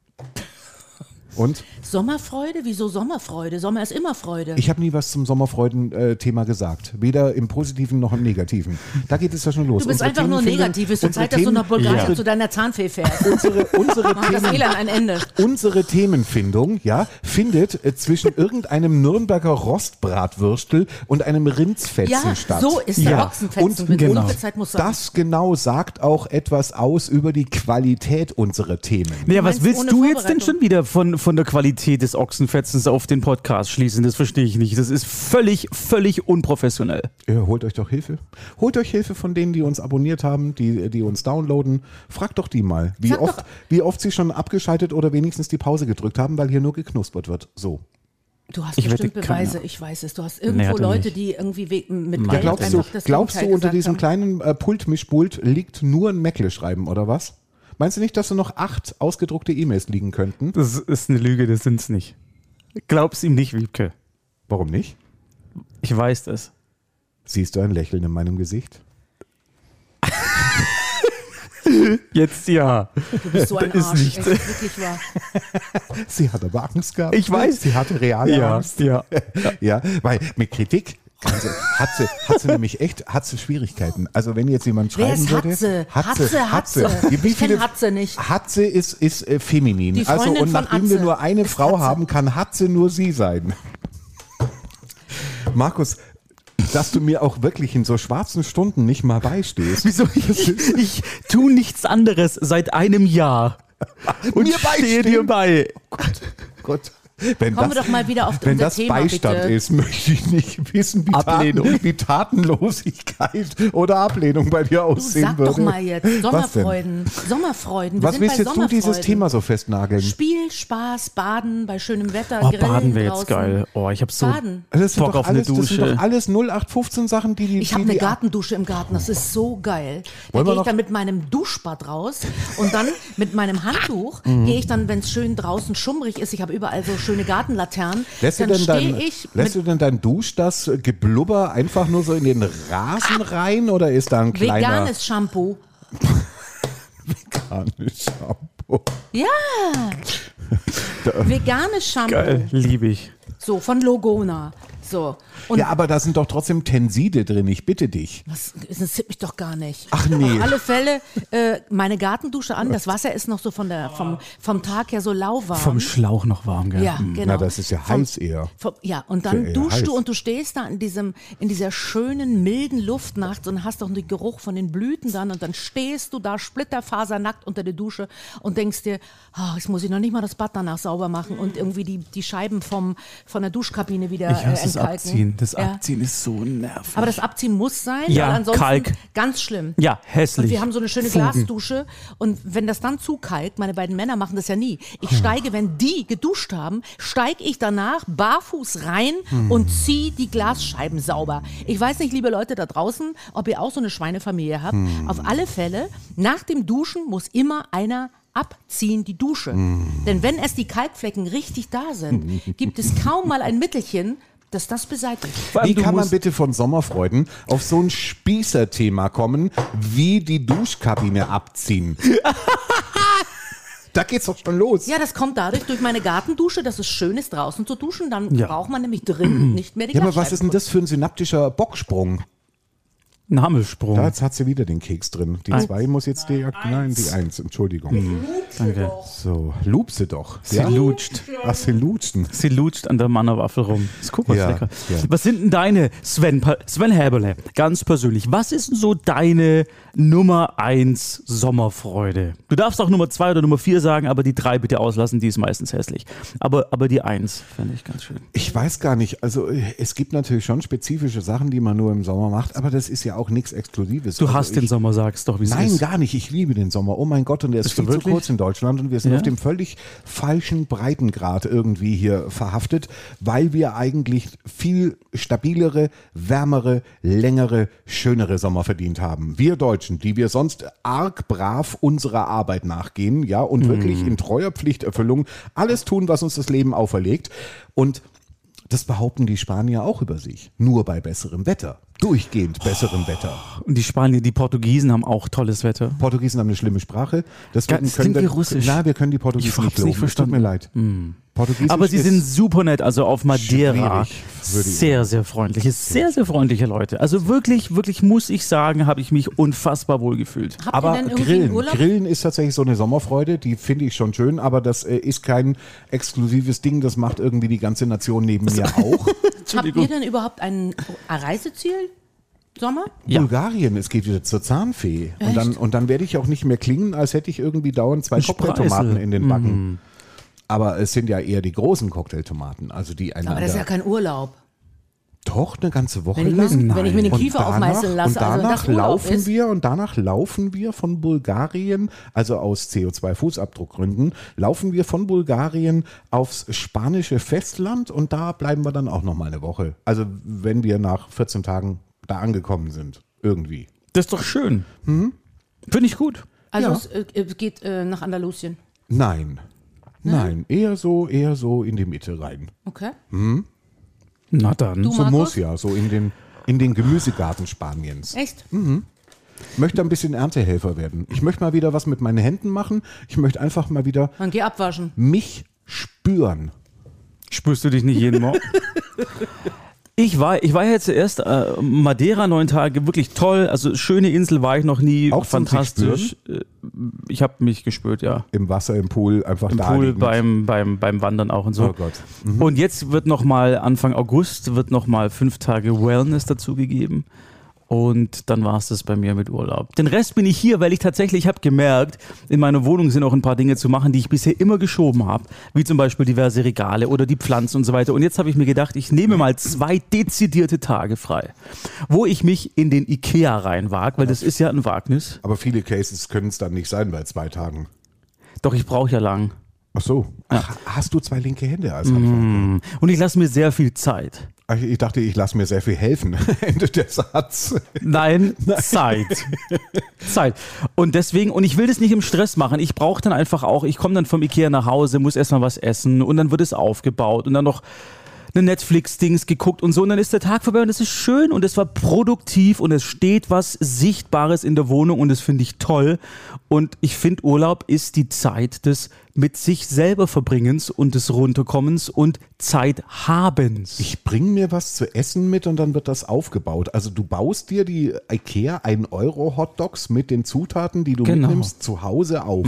Und? Sommerfreude? Wieso Sommerfreude? Sommer ist immer Freude. Ich habe nie was zum Sommerfreuden-Thema gesagt. Weder im Positiven noch im Negativen. Da geht es ja schon los. du bist Unsere einfach nur Themenfindung- negativ. Es wird unsere Zeit, dass du nach Themen- Bulgarien Ja. zu deiner Zahnfee fährst. Unsere, unsere, Mach das Themen, WLAN ein Ende. unsere Themenfindung ja, findet äh, zwischen irgendeinem Nürnberger Rostbratwürstel und einem Rindsfetzen Ja, statt. so ist der Ja. Ochsenfetzen. Und Mit genau. Ungezeit muss sein. Das genau sagt auch etwas aus über die Qualität unserer Themen. Naja, was meinst, willst ohne du jetzt denn Vorbereitung? schon wieder von, von der Qualität des Ochsenfetzens auf den Podcast schließen? Das verstehe ich nicht. Das ist völlig, völlig unprofessionell. Ja, holt euch doch Hilfe. Holt euch Hilfe von denen, die uns abonniert haben, die, die uns downloaden. Fragt doch die mal, wie Sag oft, doch- wie oft sie schon abgeschaltet oder wenigstens die Pause gedrückt haben, weil hier nur geknuspert wird. So. Du hast Ich bestimmt wette, Beweise, keiner. ich weiß es. Du hast Nee, irgendwo hat er Leute, nicht. die irgendwie we- mit Ja, Geld Glaubst du, einfach das glaubst du Gegenteil unter gesagt diesem haben. kleinen äh, Pult-Mischpult liegt nur ein Meckle-Schreiben, oder was? Meinst du nicht, dass da noch acht ausgedruckte E-Mails liegen könnten? Das ist eine Lüge, das sind's nicht. Glaub's ihm nicht, Wiebke. Warum nicht? Ich weiß das. Siehst du ein Lächeln in meinem Gesicht? Jetzt ja. Du bist so ein ist Arsch. nicht. Echt, wirklich wahr. Sie hat aber Angst gehabt. Ich weiß. Sie hatte reale Ja, Angst. ja. Ja, weil mit Kritik kann sie, hat, sie, hat sie nämlich echt hat sie Schwierigkeiten. Also wenn jetzt jemand Wer schreiben ist würde... Hatze? Hatze, Hatze, Hatze. Wie Ich kenn viele- Hatze nicht. Hatze ist, ist äh, feminin. Die Also Freundin und von nachdem wir Atze nur eine ist Frau Hatze. haben, kann Hatze nur sie sein. Markus, dass du mir auch wirklich in so schwarzen Stunden nicht mal beistehst. Wieso? Ich, ich tue nichts anderes seit einem Jahr. Und Mir stehe beistehen? dir bei. Gott, Gott. Wenn Kommen das, wir doch mal wieder auf wenn unser das Thema, Beistand bitte. ist, möchte ich nicht wissen, wie, Ablehnung. Taten, wie Tatenlosigkeit oder Ablehnung bei dir Du aussehen sag würde. doch mal jetzt, Was denn? Sommerfreuden. Sommerfreuden. Wir Was sind willst bei jetzt du dieses Sommerfreuden. Thema so festnageln? Spiel, Spaß, Baden, bei schönem Wetter, Oh, Grillen Baden wäre jetzt draußen. geil. Oh, ich habe so Baden. Das sind, Bock doch auf alles, eine das sind Dusche. doch alles null acht fünfzehn Sachen, die die... Ich habe die, eine die Gartendusche im Garten, das ist so geil. Da Wollen wir gehe ich noch- dann mit meinem Duschbad raus und dann mit meinem Handtuch Mhm. gehe ich dann, wenn es schön draußen schummrig ist, ich habe überall so schöne Gartenlaternen, Lässt du dann denn dein, stehe ich lässt du mit denn dein Dusch, das Geblubber einfach nur so in den Rasen rein oder ist da ein kleiner veganes Shampoo. veganes Shampoo? Ja, veganes Shampoo. geil. Liebe ich. So, von Logona. So. Und Ja, aber da sind doch trotzdem Tenside drin, ich bitte dich. das interessiert mich doch gar nicht. Ach nee. Auf alle Fälle äh, meine Gartendusche an. Das Wasser ist noch so von der, vom, vom Tag her so lauwarm. Vom Schlauch noch warm, gell? ja, genau. Na, das ist ja Vom- heiß eher. Vom, ja, und Ja, dann eher duschst heiß. du und du stehst da in, diesem, in dieser schönen, milden Luft nachts und hast doch den Geruch von den Blüten dann und dann stehst du da splitterfasernackt unter der Dusche und denkst dir, oh, jetzt muss ich noch nicht mal das Bad danach sauber machen und irgendwie die, die Scheiben vom, von der Duschkabine wieder Ich hasse äh, das entkalken. Abziehen. Das Ja. Abziehen ist so nervig. Aber das Abziehen muss sein, Ja, weil ansonsten Kalk. ganz schlimm. Ja, hässlich. Und wir haben so eine schöne Fugen. Glasdusche und wenn das dann zukalkt, meine beiden Männer machen das ja nie. Ich Hm. steige, wenn die geduscht haben, steige ich danach barfuß rein Hm. und ziehe die Glasscheiben sauber. Ich weiß nicht, liebe Leute da draußen, ob ihr auch so eine Schweinefamilie habt. Hm. Auf alle Fälle, nach dem Duschen muss immer einer abziehen die Dusche. Hm. Denn wenn erst die Kalkflecken richtig da sind, gibt es kaum mal ein Mittelchen, das das beseitigt. Vor allem, Wie du kann man musst- bitte von Sommerfreuden auf so ein Spießerthema kommen, wie die Duschkabine abziehen? Da geht's doch schon los. Ja, das kommt dadurch durch meine Gartendusche, dass es schön ist, draußen zu duschen. Dann Ja. braucht man nämlich drin nicht mehr die Ja, aber was Glasscheiben ist denn das für ein synaptischer Bocksprung? Ein Hammelsprung. Da jetzt hat sie wieder den Keks drin. Die Eins. zwei muss jetzt die, nein, die eins, Entschuldigung. Danke. So, loop sie doch. Sie Ja? lutscht. Ach, sie lutschen. Sie lutscht an der Mannerwaffel rum. Das guck mal, Ja, lecker. ja. Was sind denn deine, Sven, Pa- Sven Häberle, ganz persönlich, was ist denn so deine Nummer eins Sommerfreude? Du darfst auch Nummer zwei oder Nummer vier sagen, aber die drei bitte auslassen, die ist meistens hässlich. Aber, aber die eins fände ich ganz schön. Ich weiß gar nicht, also äh, es gibt natürlich schon spezifische Sachen, die man nur im Sommer macht, aber das ist ja auch nichts Exklusives. Du also hast ich, den Sommer, sagst doch, wie es Nein, ist. gar nicht. Ich liebe den Sommer. Oh mein Gott, und der ist Bist du viel zu wirklich? kurz in Deutschland und wir sind Ja? auf dem völlig falschen Breitengrad irgendwie hier verhaftet, weil wir eigentlich viel stabilere, wärmere, längere, schönere Sommer verdient haben. Wir Deutschen, die wir sonst arg brav unserer Arbeit nachgehen, ja, und wirklich in treuer Pflichterfüllung alles tun, was uns das Leben auferlegt. Und das behaupten die Spanier auch über sich. Nur bei besserem Wetter. Durchgehend besserem Wetter. Und die Spanier, die Portugiesen haben auch tolles Wetter. Portugiesen haben eine schlimme Sprache. Deswegen Das können klingt wir, wie Russisch. Na, wir können die Portugiesen Ich hab's nicht loben. nicht verstanden. Es tut mir leid. Portugiesisch Aber sie ist- sind super nett, also auf Madeira. Schwierig, würde ich Sehr, sehr freundliche, sehr, sehr freundliche Leute. Also wirklich, wirklich muss ich sagen, habe ich mich unfassbar wohl gefühlt. Habt Aber ihr denn irgendwie Grillen, Urlaub? Grillen ist tatsächlich so eine Sommerfreude, die finde ich schon schön, aber das äh, ist kein exklusives Ding, das macht irgendwie die ganze Nation neben mir auch. Habt ihr denn überhaupt ein Reiseziel? Sommer? Ja. Bulgarien, es geht wieder zur Zahnfee. Und dann, und dann werde ich auch nicht mehr klingen, als hätte ich irgendwie dauernd zwei Ein Cocktailtomaten Spreisel. in den Backen. Aber es sind ja eher die großen Cocktailtomaten, also die einander... Aber das ist ja kein Urlaub. Doch, eine ganze Woche Wenn ich mir- lang. wenn ich mir den Und Kiefer danach- aufmeißeln lasse, und also danach das Urlaub laufen ist- wir und danach laufen wir von Bulgarien, also aus C O zwei Fußabdruckgründen, laufen wir von Bulgarien aufs spanische Festland und da bleiben wir dann auch noch mal eine Woche. Also wenn wir nach vierzehn Tagen da angekommen sind, irgendwie. Das ist doch schön. Mhm. Finde ich gut. Also Ja. es äh, es geht äh, nach Andalusien. Nein, nein, eher so, eher so in die Mitte rein. Okay. Na dann. Du, So Markus? muss ja, so in den in den Gemüsegarten Spaniens. Echt? Ich möchte ein bisschen Erntehelfer werden. Ich möchte mal wieder was mit meinen Händen machen. Ich möchte einfach mal wieder Dann geh abwaschen. mich spüren. Spürst du dich nicht jeden Morgen? Ich war, ich war ja jetzt erst äh, Madeira neun Tage, wirklich toll. Also schöne Insel war ich noch nie, Auch zum fantastisch. Ich habe mich gespürt, ja. Im Wasser, im Pool, einfach Im da Pool, liegend. beim, beim, beim Wandern auch und so. Oh Gott. Mhm. Und jetzt wird nochmal, Anfang August, wird nochmal fünf Tage Wellness dazugegeben. Und dann war es das bei mir mit Urlaub. Den Rest bin ich hier, weil ich tatsächlich, ich habe gemerkt, in meiner Wohnung sind auch ein paar Dinge zu machen, die ich bisher immer geschoben habe. Wie zum Beispiel diverse Regale oder die Pflanzen und so weiter. Und jetzt habe ich mir gedacht, ich nehme mal zwei dezidierte Tage frei, wo ich mich in den Ikea reinwage, weil das ist ja ein Wagnis. Aber viele Cases können es dann nicht sein bei zwei Tagen. Doch, ich brauche ja lang. Ach so. Ach, hast du zwei linke Hände als Handwerker? Und ich lasse mir sehr viel Zeit. Ach, ich dachte, ich lasse mir sehr viel helfen. Ende der Satz. Nein, Zeit. Zeit. Und deswegen, und ich will das nicht im Stress machen. Ich brauche dann einfach auch, ich komme dann vom Ikea nach Hause, muss erstmal was essen und dann wird es aufgebaut und dann noch eine Netflix-Dings geguckt und so und dann ist der Tag vorbei und es ist schön und es war produktiv und es steht was Sichtbares in der Wohnung und das finde ich toll und ich finde Urlaub ist die Zeit des mit sich selber Verbringens und des Runterkommens und Zeithabens. Ich bringe mir was zu essen mit und dann wird das aufgebaut. Also du baust dir die Ikea ein Euro Hotdogs mit den Zutaten, die du Genau. mitnimmst, zu Hause auf.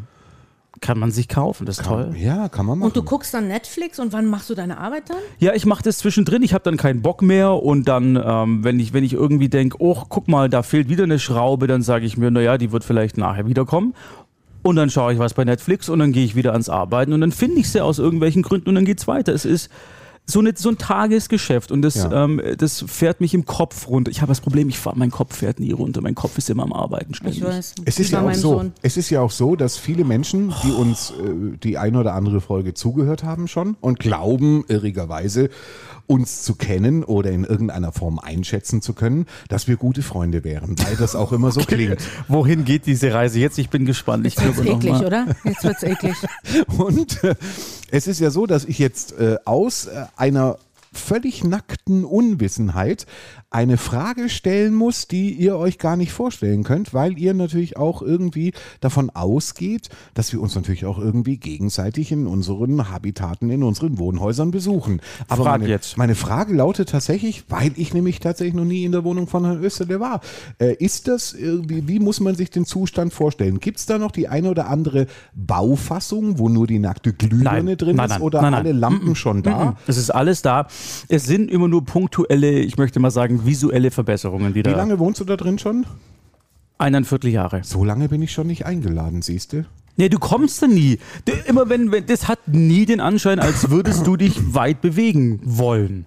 Kann man sich kaufen, das ist toll. Ja, kann man machen. Und du guckst dann Netflix und wann machst du deine Arbeit dann? Ja, ich mache das zwischendrin, ich habe dann keinen Bock mehr und dann, ähm, wenn ich wenn ich irgendwie denke, oh, guck mal, da fehlt wieder eine Schraube, dann sage ich mir, naja, die wird vielleicht nachher wiederkommen. Und dann schaue ich was bei Netflix und dann gehe ich wieder ans Arbeiten und dann finde ich sie aus irgendwelchen Gründen und dann geht's weiter. Es ist so, eine, so ein Tagesgeschäft und das, Ja. ähm, das fährt mich im Kopf runter. Ich habe das Problem, ich fahr, mein Kopf fährt nie runter, mein Kopf ist immer am Arbeiten ständig. Ich weiß. Es ist, Wie ja bei auch meinem so, Sohn. es ist ja auch so, dass viele Menschen, die uns äh, die eine oder andere Folge zugehört haben schon und glauben, irrigerweise uns zu kennen oder in irgendeiner Form einschätzen zu können, dass wir gute Freunde wären, weil das auch immer so klingt. Wohin geht diese Reise jetzt? Ich bin gespannt. Ich Jetzt wird's glaube noch eklig, mal. oder? Jetzt wird's eklig. Und äh, es ist ja so, dass ich jetzt äh, aus äh, einer völlig nackten Unwissenheit eine Frage stellen muss, die ihr euch gar nicht vorstellen könnt, weil ihr natürlich auch irgendwie davon ausgeht, dass wir uns natürlich auch irgendwie gegenseitig in unseren Habitaten, in unseren Wohnhäusern besuchen. Aber Frag meine, jetzt. meine Frage lautet tatsächlich, weil ich nämlich tatsächlich noch nie in der Wohnung von Herrn Österle war, äh, ist das irgendwie, wie muss man sich den Zustand vorstellen? Gibt es da noch die eine oder andere Baufassung, wo nur die nackte Glühbirne Nein, drin nein, ist nein, oder nein, nein. alle Lampen schon da? Es ist alles da. Es sind immer nur punktuelle, ich möchte mal sagen, visuelle Verbesserungen, die Wie da. lange wohnst du da drin schon? Eineinviertel Jahre. So lange bin ich schon nicht eingeladen, siehst du? Nee, du kommst da nie. Du, immer wenn, wenn, das hat nie den Anschein, als würdest du dich weit bewegen wollen.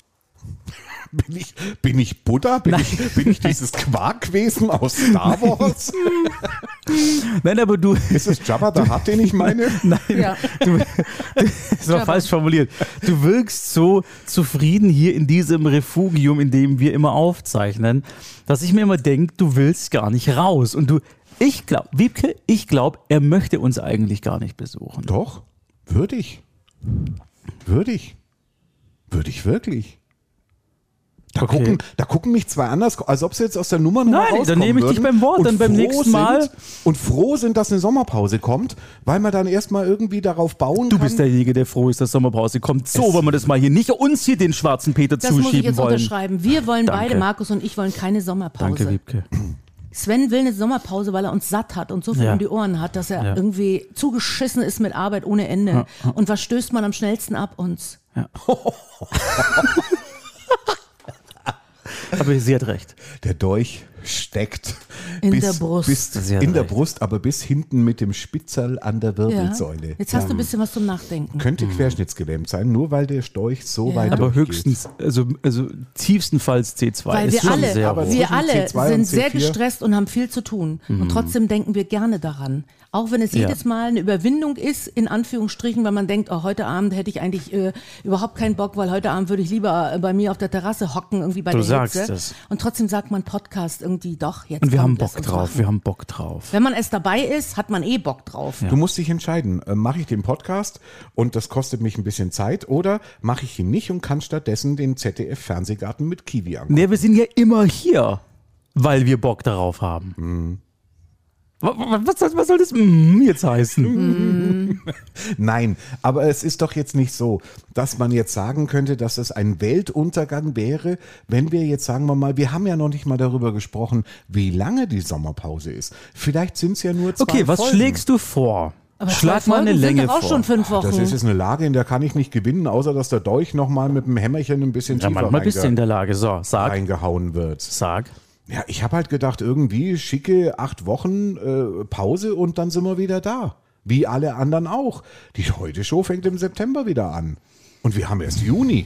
Bin ich, bin ich Buddha? Bin ich, bin ich dieses Quarkwesen aus Star Wars? Nein, aber du, Ist es Jabba the Hutt, den ich meine? Ja. du das war falsch formuliert. Du wirkst so zufrieden hier in diesem Refugium, in dem wir immer aufzeichnen, dass ich mir immer denke, du willst gar nicht raus. Und du, ich glaube, Wiebke, ich glaube, er möchte uns eigentlich gar nicht besuchen. Doch, würde ich. Würde ich. Würde ich wirklich. Da, Okay. gucken, da gucken mich zwei anders, als ob sie jetzt aus der Nummer noch mal Nein, dann rauskommen nehme ich dich würden beim Wort, und dann beim froh nächsten Mal. Sind, und froh sind, dass eine Sommerpause kommt, weil man dann erstmal irgendwie darauf bauen Du kann. bist derjenige, der froh ist, dass Sommerpause kommt. So wollen wir das mal hier nicht uns hier den schwarzen Peter Das muss ich zuschieben jetzt wollen. unterschreiben. Wir wollen Danke. beide, Markus und ich, wollen keine Sommerpause. Danke, Wiebke. Sven will eine Sommerpause, weil er uns satt hat und so viel Ja. um die Ohren hat, dass er Ja. irgendwie zugeschissen ist mit Arbeit ohne Ende. Und was stößt man am schnellsten ab? Uns. Aber sie hat recht. Der Dolch steckt In bis, der Brust. Bis, Sie hat in der recht. Brust, aber bis hinten mit dem Spitzel an der Ja. Wirbelsäule. Jetzt hast du ein bisschen was zum Nachdenken. Könnte querschnittsgelähmt sein, nur weil der Storch so Ja. weit Aber durchgeht. höchstens, also, also tiefstenfalls C zwei. Weil ist wir schon alle, sehr aber hoch. wir zwischen alle C zwei und sind C sehr vier. gestresst und haben viel zu tun. Mhm. Und trotzdem denken wir gerne daran. Auch wenn es Ja. jedes Mal eine Überwindung ist, in Anführungsstrichen, weil man denkt, oh, heute Abend hätte ich eigentlich äh, überhaupt keinen Bock, weil heute Abend würde ich lieber äh, bei mir auf der Terrasse hocken, irgendwie bei Du der sagst Hitze. es. Und trotzdem sagt man Podcast irgendwie doch, jetzt Und wir komm, haben lass Bock uns drauf. machen. Wir haben Bock drauf. Wenn man es dabei ist, hat man eh Bock drauf. Du musst dich entscheiden, äh, mache ich den Podcast und das kostet mich ein bisschen Zeit oder mache ich ihn nicht und kann stattdessen den Z D F-Fernsehgarten mit Kiwi angucken. Nee, wir sind ja immer hier, weil wir Bock darauf haben. Was soll, was soll das mm jetzt heißen? Nein, aber es ist doch jetzt nicht so, dass man jetzt sagen könnte, dass es ein Weltuntergang wäre, wenn wir jetzt, sagen wir mal, wir haben ja noch nicht mal darüber gesprochen, wie lange die Sommerpause ist. Vielleicht sind es ja nur zwei Okay, was Folgen. schlägst du vor? Aber Schlag zwei mal eine Folgen Länge sind doch auch vor. schon fünf Wochen. Das ist jetzt eine Lage, in der kann ich nicht gewinnen, außer dass der Dolch nochmal mit dem Hämmerchen ein bisschen Ja, tiefer manchmal bist du in der Lage. So, sag, reingehauen wird. sag. Ja, ich habe halt gedacht, irgendwie schicke acht Wochen äh, Pause und dann sind wir wieder da. Wie alle anderen auch. Die Heute-Show fängt im September wieder an. Und wir haben erst Juni.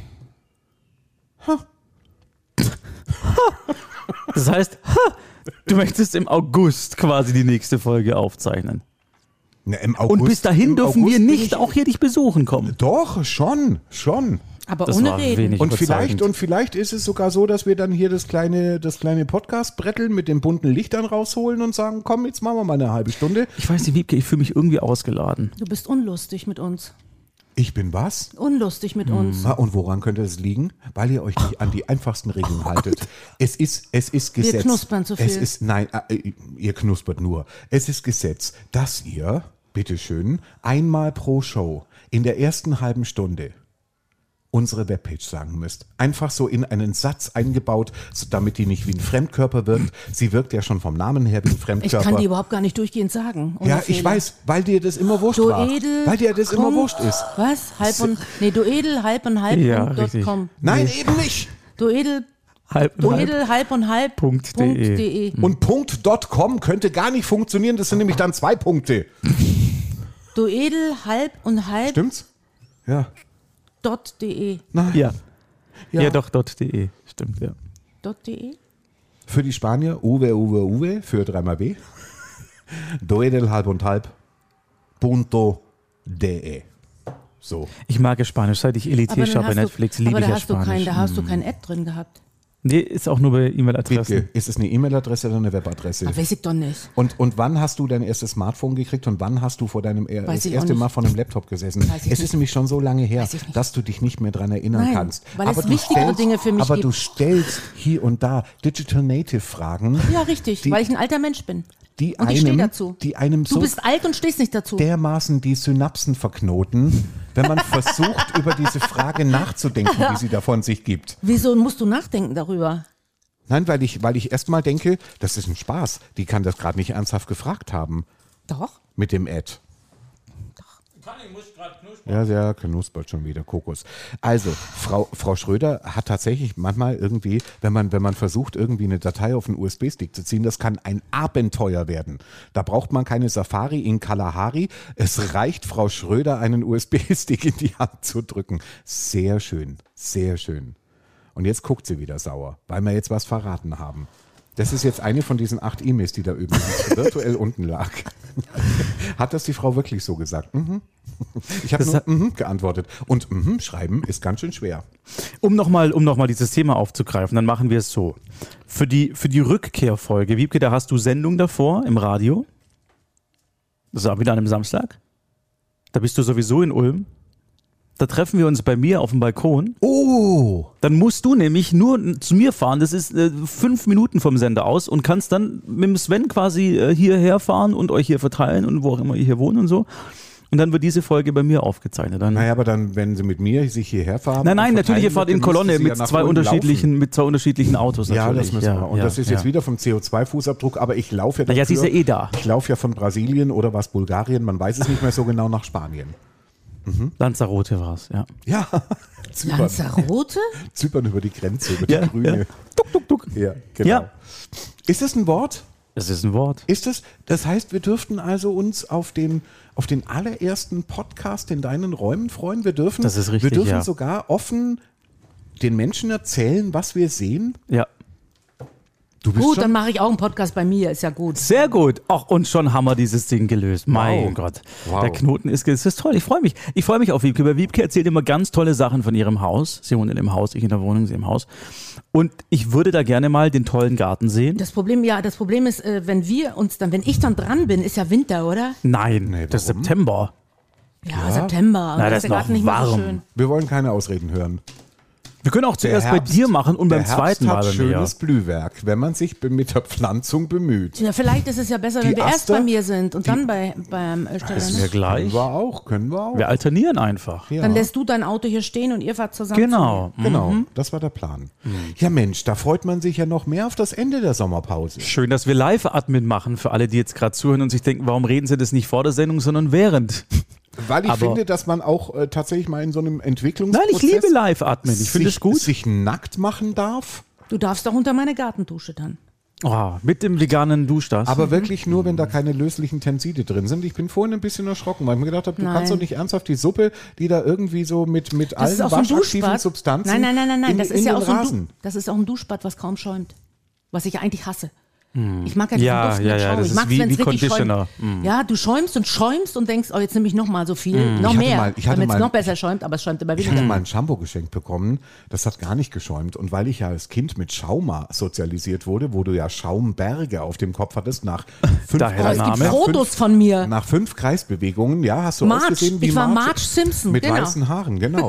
Das heißt, ha, du möchtest im August quasi die nächste Folge aufzeichnen. Na, im August, Und bis dahin im dürfen August wir bin nicht ich, auch hier dich besuchen kommen. Doch, schon, schon. Aber Das ohne war Reden. wenig. Und überzeugend. vielleicht, und vielleicht ist es sogar so, dass wir dann hier das kleine, das kleine Podcast-Bretteln mit den bunten Lichtern rausholen und sagen, komm, jetzt machen wir mal eine halbe Stunde. Ich weiß nicht, Wiebke, ich fühle mich irgendwie ausgeladen. Du bist unlustig mit uns. Ich bin was? Unlustig mit uns. Na, und woran könnte es liegen? Weil ihr euch nicht an die einfachsten Regeln haltet. Es ist, es ist Gesetz. knuspern zu viel. Es ist, nein, äh, ihr knuspert nur. Es ist Gesetz, dass ihr, bitteschön, einmal pro Show in der ersten halben Stunde unsere Webpage sagen müsst. Einfach so in einen Satz eingebaut, so damit die nicht wie ein Fremdkörper wirkt. Sie wirkt ja schon vom Namen her wie ein Ich Fremdkörper. kann die überhaupt gar nicht durchgehend sagen. ohne ja, ich Fehler. weiß, weil dir das immer wurscht Du war. edel. Weil dir das immer Punkt- wurscht ist. Was? Halb und. Nee, du edel, halb und halb. Ja, Punkt richtig. .com. Nein, eben nicht. Du edel, Halb, du halb. edel, halb und halb. Punkt Punkt de. de. Und Punkt .com könnte gar nicht funktionieren, das sind nämlich dann zwei Punkte. Du edel, halb und halb. Stimmt's? Ja. Dot de. Nein. Ja. Ja. Ja, doch, .de. Stimmt, ja. Dot de. Für die Spanier, Uwe, Uwe, Uwe, für dreimal W. Doedel, halb und halb. Punto de. So. Ich mag ja Spanisch, seit ich Elite dann schaue bei hast Netflix, du, liebe aber ich da ja hast du kein, Spanisch. da hast du kein Ad drin gehabt. Nee, ist auch nur bei E-Mail-Adressen. Wiebke, ist es eine E-Mail-Adresse oder eine Webadresse? Aber weiß ich doch nicht. Und, und wann hast du dein erstes Smartphone gekriegt und wann hast du vor deinem er- Weiß das ich auch erste nicht. Mal vor einem Laptop gesessen? Weiß ich Es ist nicht. nämlich schon so lange her, Weiß ich nicht. dass du dich nicht mehr dran erinnern Nein, kannst. weil es du wichtigere stellst, Dinge für mich aber gibt. du stellst hier und da Digital Native Fragen, Ja, richtig, Die- weil ich ein alter Mensch bin. die Und ich stehe einem, dazu. die einem Du so bist alt und stehst nicht dazu. dermaßen die Synapsen verknoten, wenn man versucht, über diese Frage nachzudenken, die sie da von sich gibt. Wieso musst du nachdenken darüber? Nein, weil ich, weil ich erstmal denke, das ist ein Spaß. Die kann das gerade nicht ernsthaft gefragt haben Doch. mit dem Ad. Ja, der knuspert schon wieder, Kokos. Also, Frau, Frau Schröder hat tatsächlich manchmal irgendwie, wenn man, wenn man versucht, irgendwie eine Datei auf einen U S B-Stick zu ziehen, das kann ein Abenteuer werden. Da braucht man keine Safari in Kalahari. Es reicht, Frau Schröder einen U S B-Stick in die Hand zu drücken. Sehr schön, sehr schön. Und jetzt guckt sie wieder sauer, weil wir jetzt was verraten haben. Das ist jetzt eine von diesen acht E-Mails, die da übrigens virtuell unten lag. Hat das die Frau wirklich so gesagt? Mhm. Ich habe Das nur hat- mhm geantwortet. Und mhm schreiben ist ganz schön schwer. Um nochmal um noch mal dieses Thema aufzugreifen, dann machen wir es so. Für die, für die Rückkehrfolge, Wiebke, da hast du Sendung davor im Radio. Das ist auch wieder an einem Samstag. Da bist du sowieso in Ulm. Da treffen wir uns bei mir auf dem Balkon. Oh! Dann musst du nämlich nur zu mir fahren. Das ist äh, fünf Minuten vom Sender aus und kannst dann mit dem Sven quasi äh, hierher fahren und euch hier verteilen und wo auch immer ihr hier wohnt und so. Und dann wird diese Folge bei mir aufgezeichnet. Dann Naja, aber dann, wenn sie mit mir sich hierher fahren. Nein, nein, und natürlich, ihr fahrt in verteilen, Kolonne dann müsste sie mit ja nach zwei Ulm unterschiedlichen, laufen. mit zwei unterschiedlichen Autos Ja, natürlich. das müssen wir. Und ja, das ist ja. jetzt wieder vom C O zwei Fußabdruck, aber ich laufe ja Naja, dafür, sie ist ja eh da. Ich laufe ja von Brasilien oder was Bulgarien, man weiß es nicht mehr so genau, nach Spanien. Lanzarote war es, ja. Ja, Zypern. Lanzarote? Zypern über die Grenze, über die Ja, grüne. ja. Tuk, tuk, tuk. Ja, genau. Ja. Ist das ein Wort? Das ist ein Wort. Ist es? Das heißt, wir dürften also uns auf den, auf den allerersten Podcast in deinen Räumen freuen. Wir dürfen, Das ist richtig, wir dürfen ja. sogar offen den Menschen erzählen, was wir sehen. Ja. Du bist Gut, schon, dann mache ich auch einen Podcast bei mir, ist ja gut. Sehr gut. Ach, und schon haben wir dieses Ding gelöst. Mein Gott. Wow. Der Knoten ist, das ist toll. Ich freue mich. Ich freue mich auf Wiebke. Weil Wiebke erzählt immer ganz tolle Sachen von ihrem Haus. Sie wohnt in dem Haus, ich in der Wohnung, sie im Haus. Und ich würde da gerne mal den tollen Garten sehen. Das Problem, ja, das Problem ist, äh, wenn wir uns dann, wenn ich dann dran bin, ist ja Winter, oder? Nein, Nee, das ist warum? September. Ja, September. Na, Da das der ist Garten noch nicht mehr so warm. schön. wir wollen keine Ausreden hören. Wir können auch zuerst Herbst- bei dir machen und der beim zweiten Mal Herbst bei hat mir. schönes Blühwerk, wenn man sich be- mit der Pflanzung bemüht. Ja, vielleicht ist es ja besser, Die wenn wir erst Aster, bei mir sind und dann bei, beim Österreicher. Das Ne? wir gleich. Können wir auch, können wir auch. Wir alternieren einfach. Ja. Dann lässt du dein Auto hier stehen und ihr fahrt zusammen. Genau. Genau, das war der Plan. Ja Mensch, da freut man sich ja noch mehr auf das Ende der Sommerpause. Schön, dass wir Live-Admin machen für alle, die jetzt gerade zuhören und sich denken, warum reden sie das nicht vor der Sendung, sondern während? Weil ich Aber- finde, dass man auch äh, tatsächlich mal in so einem Entwicklungsprozess Nein, ich liebe Live-Admin. Ich finde sich, es gut. sich nackt machen darf, Du darfst auch unter meine Gartendusche dann. Oh, mit dem veganen Duschdas. aber wirklich nur, wenn da keine löslichen Tenside drin sind. Ich bin vorhin ein bisschen erschrocken, weil ich mir gedacht habe, du Nein. kannst doch nicht ernsthaft die Suppe, die da irgendwie so mit, mit Das allen ist auch so ein waschaktiven Duschbad. Substanzen Nein, nein, nein, nein, nein. in, Das in ist ja den auch so ein Rasen. du das ist auch ein Duschbad, was kaum schäumt. Was ich eigentlich hasse. Ich mag ja diesen Ja, Duft ja, mit ja, Schaum. das Ich ist mag's, wie- wenn's wie richtig Conditioner. schäumt. Ja, du schäumst und schäumst und denkst, oh, jetzt nehme ich noch mal so viel, noch Ich hatte mehr, mal- ich hatte damit es mal- noch besser schäumt, aber es schäumt immer Ich weniger. hatte mal ein Shampoo geschenkt bekommen, das hat gar nicht geschäumt. Und weil ich ja als Kind mit Schauma sozialisiert wurde, wo du ja Schaumberge auf dem Kopf hattest, nach fünf, Daher der Oh, es gibt Name. Fotos fünf, von mir. nach fünf Kreisbewegungen, ja, hast du Marge. ausgesehen wie Ich war Marge, Marge Simpson, mit genau. weißen Haaren, genau.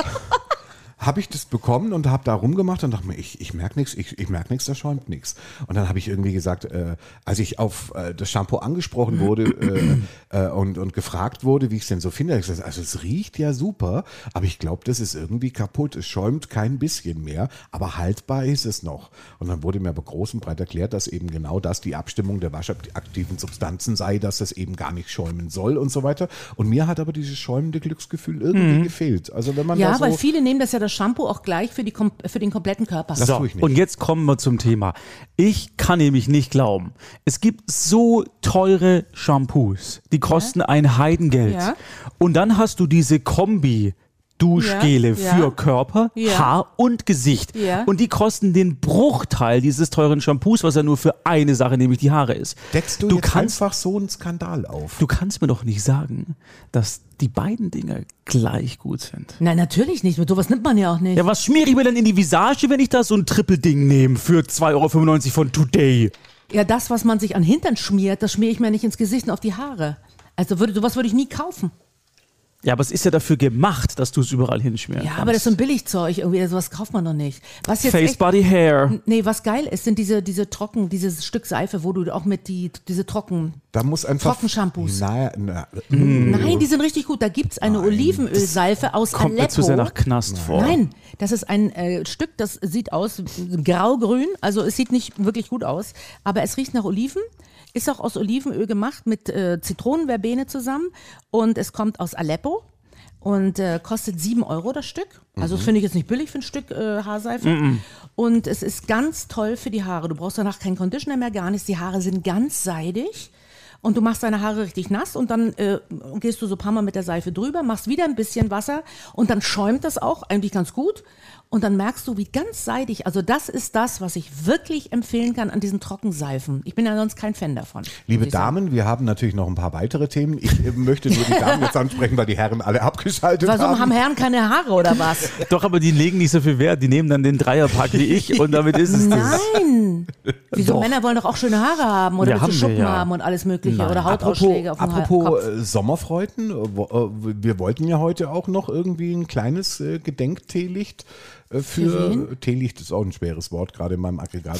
Habe ich das bekommen und habe da rumgemacht und dachte mir, ich, ich merke nichts, ich, ich merke nichts, da schäumt nichts. Und dann habe ich irgendwie gesagt, äh, als ich auf äh, das Shampoo angesprochen wurde äh, äh, und, und gefragt wurde, wie ich es denn so finde, habe ich gesagt, also es riecht ja super, aber ich glaube, das ist irgendwie kaputt. Es schäumt kein bisschen mehr, aber haltbar ist es noch. Und dann wurde mir aber groß und breit erklärt, dass eben genau das die Abstimmung der waschaktiven Substanzen sei, dass das eben gar nicht schäumen soll und so weiter. Und mir hat aber dieses schäumende Glücksgefühl irgendwie gefehlt. Also wenn man Ja, da so weil viele nehmen das ja das Shampoo auch gleich für, die, kom- für den kompletten Körper. Das So, tue ich nicht. und jetzt kommen wir zum Thema. Ich kann nämlich nicht glauben, es gibt so teure Shampoos, die kosten ein Heidengeld. Ja. Und dann hast du diese Kombi Duschgele Ja, ja. für Körper, Ja. Haar und Gesicht. Ja. Und die kosten den Bruchteil dieses teuren Shampoos, was ja nur für eine Sache, nämlich die Haare ist. Deckst du, du jetzt kannst, einfach so einen Skandal auf? du kannst mir doch nicht sagen, dass die beiden Dinge gleich gut sind. Nein, natürlich nicht. Mit sowas nimmt man ja auch nicht. Ja, was schmiere ich mir denn in die Visage, wenn ich da so ein Triple-Ding nehme für zwei Euro fünfundneunzig von Today? Ja, das, was man sich an Hintern schmiert, das schmiere ich mir nicht ins Gesicht und auf die Haare. Also würde, sowas würde ich nie kaufen. Ja, aber es ist ja dafür gemacht, dass du es überall hinschmieren Ja, kannst. aber das ist so ein Billigzeug. Irgendwie, sowas kauft man doch nicht. Was jetzt Face, echt, Body, Hair. Nee, was geil ist, sind diese, diese Trocken, dieses Stück Seife, wo du auch mit die, diese Trocken, Da muss einfach. Trockenshampoos. Na, na, Nein, die sind richtig gut. Da gibt's eine Olivenölseife aus Kommt Aleppo. mir zu sehr nach Knast vor. Nein, das ist ein äh, Stück, das sieht aus grau-grün, also es sieht nicht wirklich gut aus, aber es riecht nach Oliven, ist auch aus Olivenöl gemacht mit äh, Zitronenverbene zusammen und es kommt aus Aleppo und äh, kostet sieben Euro das Stück. Also das finde ich jetzt nicht billig für ein Stück äh, Haarseife. Und es ist ganz toll für die Haare. Du brauchst danach keinen Conditioner mehr, gar nichts. Die Haare sind ganz seidig. Und du machst deine Haare richtig nass und dann äh, gehst du so ein paar Mal mit der Seife drüber, machst wieder ein bisschen Wasser und dann schäumt das auch eigentlich ganz gut. Und dann merkst du, wie ganz seidig, also das ist das, was ich wirklich empfehlen kann an diesen Trockenseifen. Ich bin ja sonst kein Fan davon. Liebe muss ich sagen. Damen, wir haben natürlich noch ein paar weitere Themen. Ich äh, möchte nur die Damen jetzt ansprechen, weil die Herren alle abgeschaltet Warum haben. haben Herren keine Haare oder was? Doch, aber die legen nicht so viel Wert. Die nehmen dann den Dreierpack wie ich und damit ist es das. Nein! Wieso Doch. Männer wollen doch auch schöne Haare haben oder Ja, willst du haben wir Schuppen ja. haben und alles mögliche Nein. oder Hautausschläge Apropos, auf dem apropos Kopf. äh, Sommerfreuden, äh, wo- äh, wir wollten ja heute auch noch irgendwie ein kleines äh, Gedenkteelicht äh, für, Für wen? Teelicht ist auch ein schweres Wort, gerade in meinem Aggregat.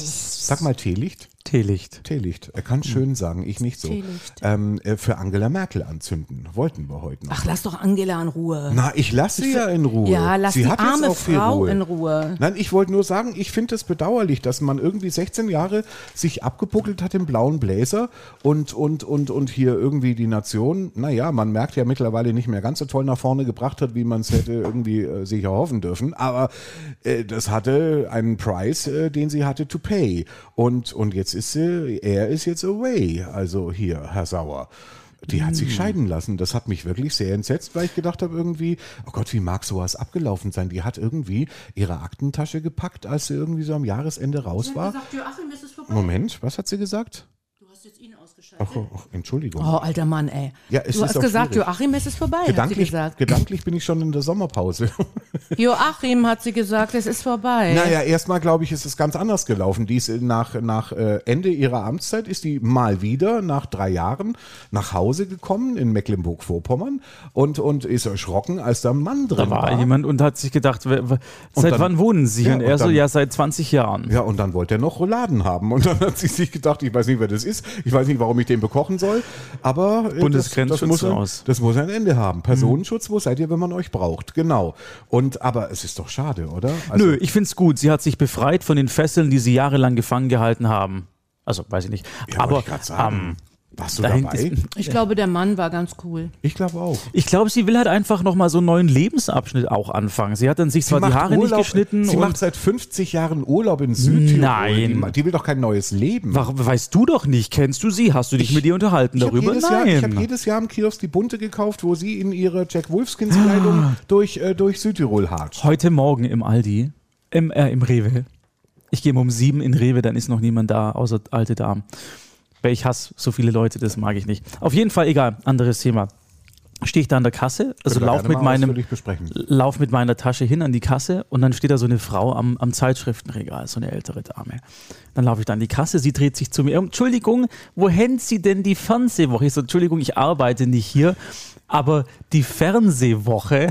Sag mal Teelicht. Teelicht. Teelicht. Er kann schön sagen, ich nicht so. Teelicht. Ähm, äh, für Angela Merkel anzünden. Wollten wir heute noch. Ach, lass doch Angela in Ruhe. Na, ich lasse sie ja in Ruhe. Ja, lass sie die hat jetzt arme auch viel Frau Ruhe. in Ruhe. Nein, ich wollte nur sagen, ich finde es bedauerlich, dass man irgendwie sechzehn Jahre sich abgepuckelt hat im blauen Bläser und, und, und, und hier irgendwie die Nation, naja, man merkt ja mittlerweile nicht mehr ganz so toll nach vorne gebracht hat, wie man es hätte irgendwie äh, sich erhoffen dürfen. Aber äh, das hatte einen Preis, äh, den sie hatte to pay. Und, und jetzt ist sie, er ist jetzt away. Also hier, Herr Sauer. Die hat sich scheiden lassen. Das hat mich wirklich sehr entsetzt, weil ich gedacht habe irgendwie, oh Gott, wie mag sowas abgelaufen sein? Die hat irgendwie ihre Aktentasche gepackt, als sie irgendwie so am Jahresende raus war. Joachim, es ist vorbei. Moment, was hat sie gesagt? Du hast jetzt ihn ausgeschaltet. Ach, ach Entschuldigung. Oh, alter Mann, ey. Ja, es du ist hast auch gesagt, schwierig. Joachim, es ist vorbei, hat sie gedanklich, gesagt. gedanklich bin ich schon in der Sommerpause. Joachim hat sie gesagt, es ist vorbei. Naja, erstmal glaube ich, ist es ganz anders gelaufen. Die ist nach, nach äh, Ende ihrer Amtszeit ist die mal wieder nach drei Jahren nach Hause gekommen in Mecklenburg-Vorpommern und, und ist erschrocken, als da ein Mann drin Da war, war. jemand und hat sich gedacht, wer, wer, seit dann- wann wohnen Sie? Ja, und er und so, dann- ja, seit zwanzig Jahren. Ja, und dann wollte er noch Rouladen haben. Und dann hat sie sich gedacht, ich weiß nicht, wer das ist. Ich weiß nicht, warum ich den bekochen soll. Aber äh, Bundesgrenzschutz das, das, muss ein, raus. das muss ein Ende haben. Personenschutz, wo seid ihr, wenn man euch braucht? Genau. Und aber es ist doch schade, oder? Also, Nö, ich find's gut. Sie hat sich befreit von den Fesseln, die sie jahrelang gefangen gehalten haben. Also, weiß ich nicht. ja, Aber wollte ich grad sagen. ähm, warst du dahin- dabei? Ich glaube, der Mann war ganz cool. Ich glaube auch. ich glaube, sie will halt einfach nochmal so einen neuen Lebensabschnitt auch anfangen. Sie hat dann sich zwar die Haare nicht geschnitten. Sie und macht seit fünfzig Jahren Urlaub in Südtirol. Nein. Die, die will doch kein neues Leben. Warum, weißt du doch nicht? Kennst du sie? Hast du dich mit ihr unterhalten Ich habe darüber? jedes, Jahr- ich hab Nein. jedes Jahr im Kiosk die Bunte gekauft, wo sie in ihrer Jack Wolfskins-Kleidung durch, äh, durch Südtirol hatscht. Heute Morgen im Aldi, im, äh, im Rewe. Ich gehe um sieben in Rewe, dann ist noch niemand da, außer alte Damen. Weil ich hasse so viele Leute, das mag ich nicht. Auf jeden Fall, egal, anderes Thema. Stehe ich da an der Kasse, also Können wir lauf gerne mit, mal meinem, ausführlich besprechen. lauf mit meiner Tasche hin an die Kasse und dann steht da so eine Frau am, am Zeitschriftenregal, so eine ältere Dame. Dann laufe ich da an die Kasse, sie dreht sich zu mir. Entschuldigung, wo hätten Sie denn die Fernsehwoche? Ich so, Entschuldigung, ich arbeite nicht hier, aber die Fernsehwoche...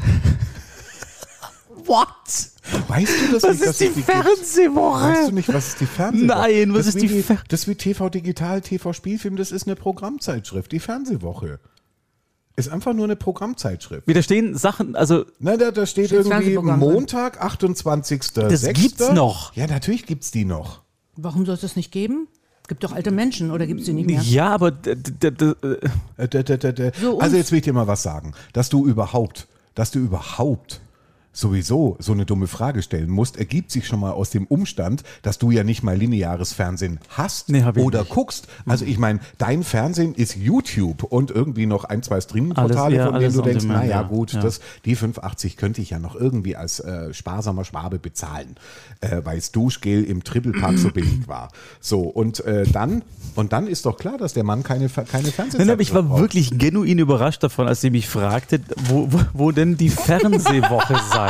What? Weißt du das Was nicht, dass ist die es gibt? Fernsehwoche? Weißt du nicht, was ist die Fernsehwoche? Nein, was das ist wie die Fer- Das ist wie T V Digital, T V Spielfilm, das ist eine Programmzeitschrift, die Fernsehwoche. Ist einfach nur eine Programmzeitschrift. Wieder stehen Sachen, also Na, da, da steht Steht irgendwie Fernsehprogramm drin. Montag, achtundzwanzigster Das sechster gibt's noch. Ja, natürlich gibt's die noch. Warum soll es das nicht geben? Gibt doch alte Menschen oder gibt es die nicht mehr? ja, aber d- d- d- äh, Äh, da, da, da, da. So, also und- jetzt will ich dir mal was sagen. Dass du überhaupt, dass du überhaupt sowieso so eine dumme Frage stellen musst, ergibt sich schon mal aus dem Umstand, dass du ja nicht mal lineares Fernsehen hast Nee, hab ich oder nicht. guckst. Also ich meine, dein Fernsehen ist YouTube und irgendwie noch ein, zwei Streaming-Portale, Alles- ja, von denen alles du on denkst, demand, naja ja. gut, Ja. das, die fünf achtzig könnte ich ja noch irgendwie als äh, sparsamer Schwabe bezahlen, äh, weil das Duschgel im Triple-Pack so billig war. So, und äh, dann und dann ist doch klar, dass der Mann keine, Fer- keine Fernsehzeit Nein, aber ich war braucht. wirklich genuin überrascht davon, als sie mich fragte, wo, wo, wo denn die Fernsehwoche sei.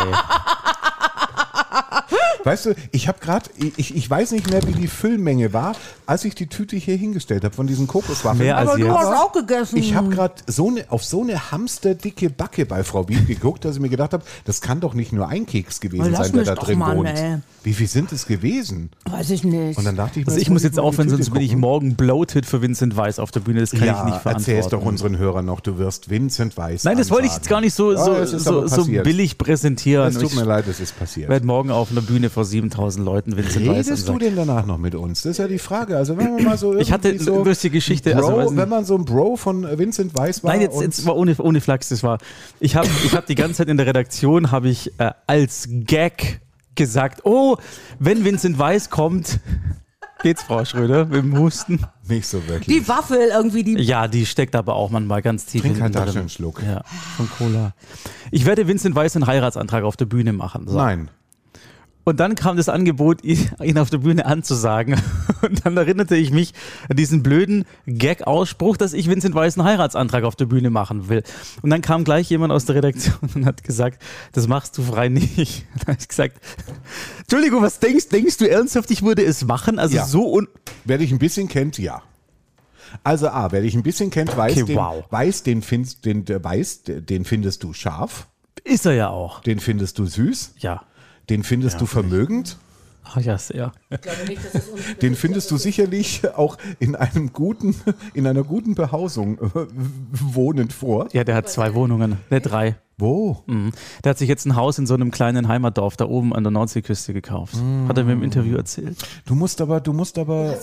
Weißt du, ich habe gerade, ich, ich weiß nicht mehr, wie die Füllmenge war, als ich die Tüte hier hingestellt habe von diesen Kokoswaffeln. Mehr als Aber du jetzt. hast auch gegessen. Ich habe gerade so eine, auf so eine hamsterdicke Backe bei Frau Wieb geguckt, dass ich mir gedacht habe, das kann doch nicht nur ein Keks gewesen Lass sein, der mich da doch drin mal, wohnt. ey. Wie viel sind es gewesen? Weiß ich nicht. Und dann dachte ich mir, Also ich jetzt muss ich jetzt mal in die aufhören, Tüte sonst bin ich gucken. morgen bloated für Vincent Weiss auf der Bühne. Das kann ja, ich nicht verantworten. erzähl's doch unseren Hörern noch, du wirst Vincent Weiss Nein, das wollte ich ansagen. jetzt gar nicht so, Ja, so, es ist so, aber so passiert. billig präsentieren. Es tut Ich mir leid, es ist passiert. werde morgen auf einer Bühne vor siebentausend Leuten Vincent Weiss Redest du ansagen. denn danach noch mit uns? Das ist ja die Frage. Also wenn man mal so Ich hatte irgendwie so lustige Geschichte, Bro, also weiß nicht. wenn man so ein Bro von Vincent Weiss war Nein, jetzt, und jetzt war ohne, ohne Flachs, das war. Ich habe ich hab die ganze Zeit in der Redaktion habe ich äh, als Gag gesagt, oh, wenn Vincent Weiss kommt, geht's, Frau Schröder, mit dem Husten. nicht so wirklich. die Waffel irgendwie, die. Ja, die steckt aber auch manchmal ganz tief Trink halt hinten da drin. schon einen Schluck. Ja, von Cola. Ich werde Vincent Weiss einen Heiratsantrag auf der Bühne machen. So. Nein. Und dann kam das Angebot, ihn auf der Bühne anzusagen. Und dann erinnerte ich mich an diesen blöden Gag-Ausspruch, dass ich Vincent Weiss einen Heiratsantrag auf der Bühne machen will. Und dann kam gleich jemand aus der Redaktion und hat gesagt, das machst du frei nicht. Dann habe ich gesagt, Entschuldigung, was denkst, denkst du ernsthaft, ich würde es machen? Also Ja. so un... Wer dich ein bisschen kennt, ja. Also A, wer dich ein bisschen kennt, weiß, Okay, den, wow. weiß, den, findest, den, der weiß, den findest du scharf, Ist er ja auch. den findest du süß, Ja. den findest du vermögend, Ach ja, sehr. den findest du sicherlich auch in einem guten, in einer guten Behausung äh, wohnend vor. Ja, der hat zwei Wohnungen. Ne, drei. Wo? Mhm. Der hat sich jetzt ein Haus in so einem kleinen Heimatdorf da oben an der Nordseeküste gekauft. Hat er mir im Interview erzählt. Du musst aber, du musst aber.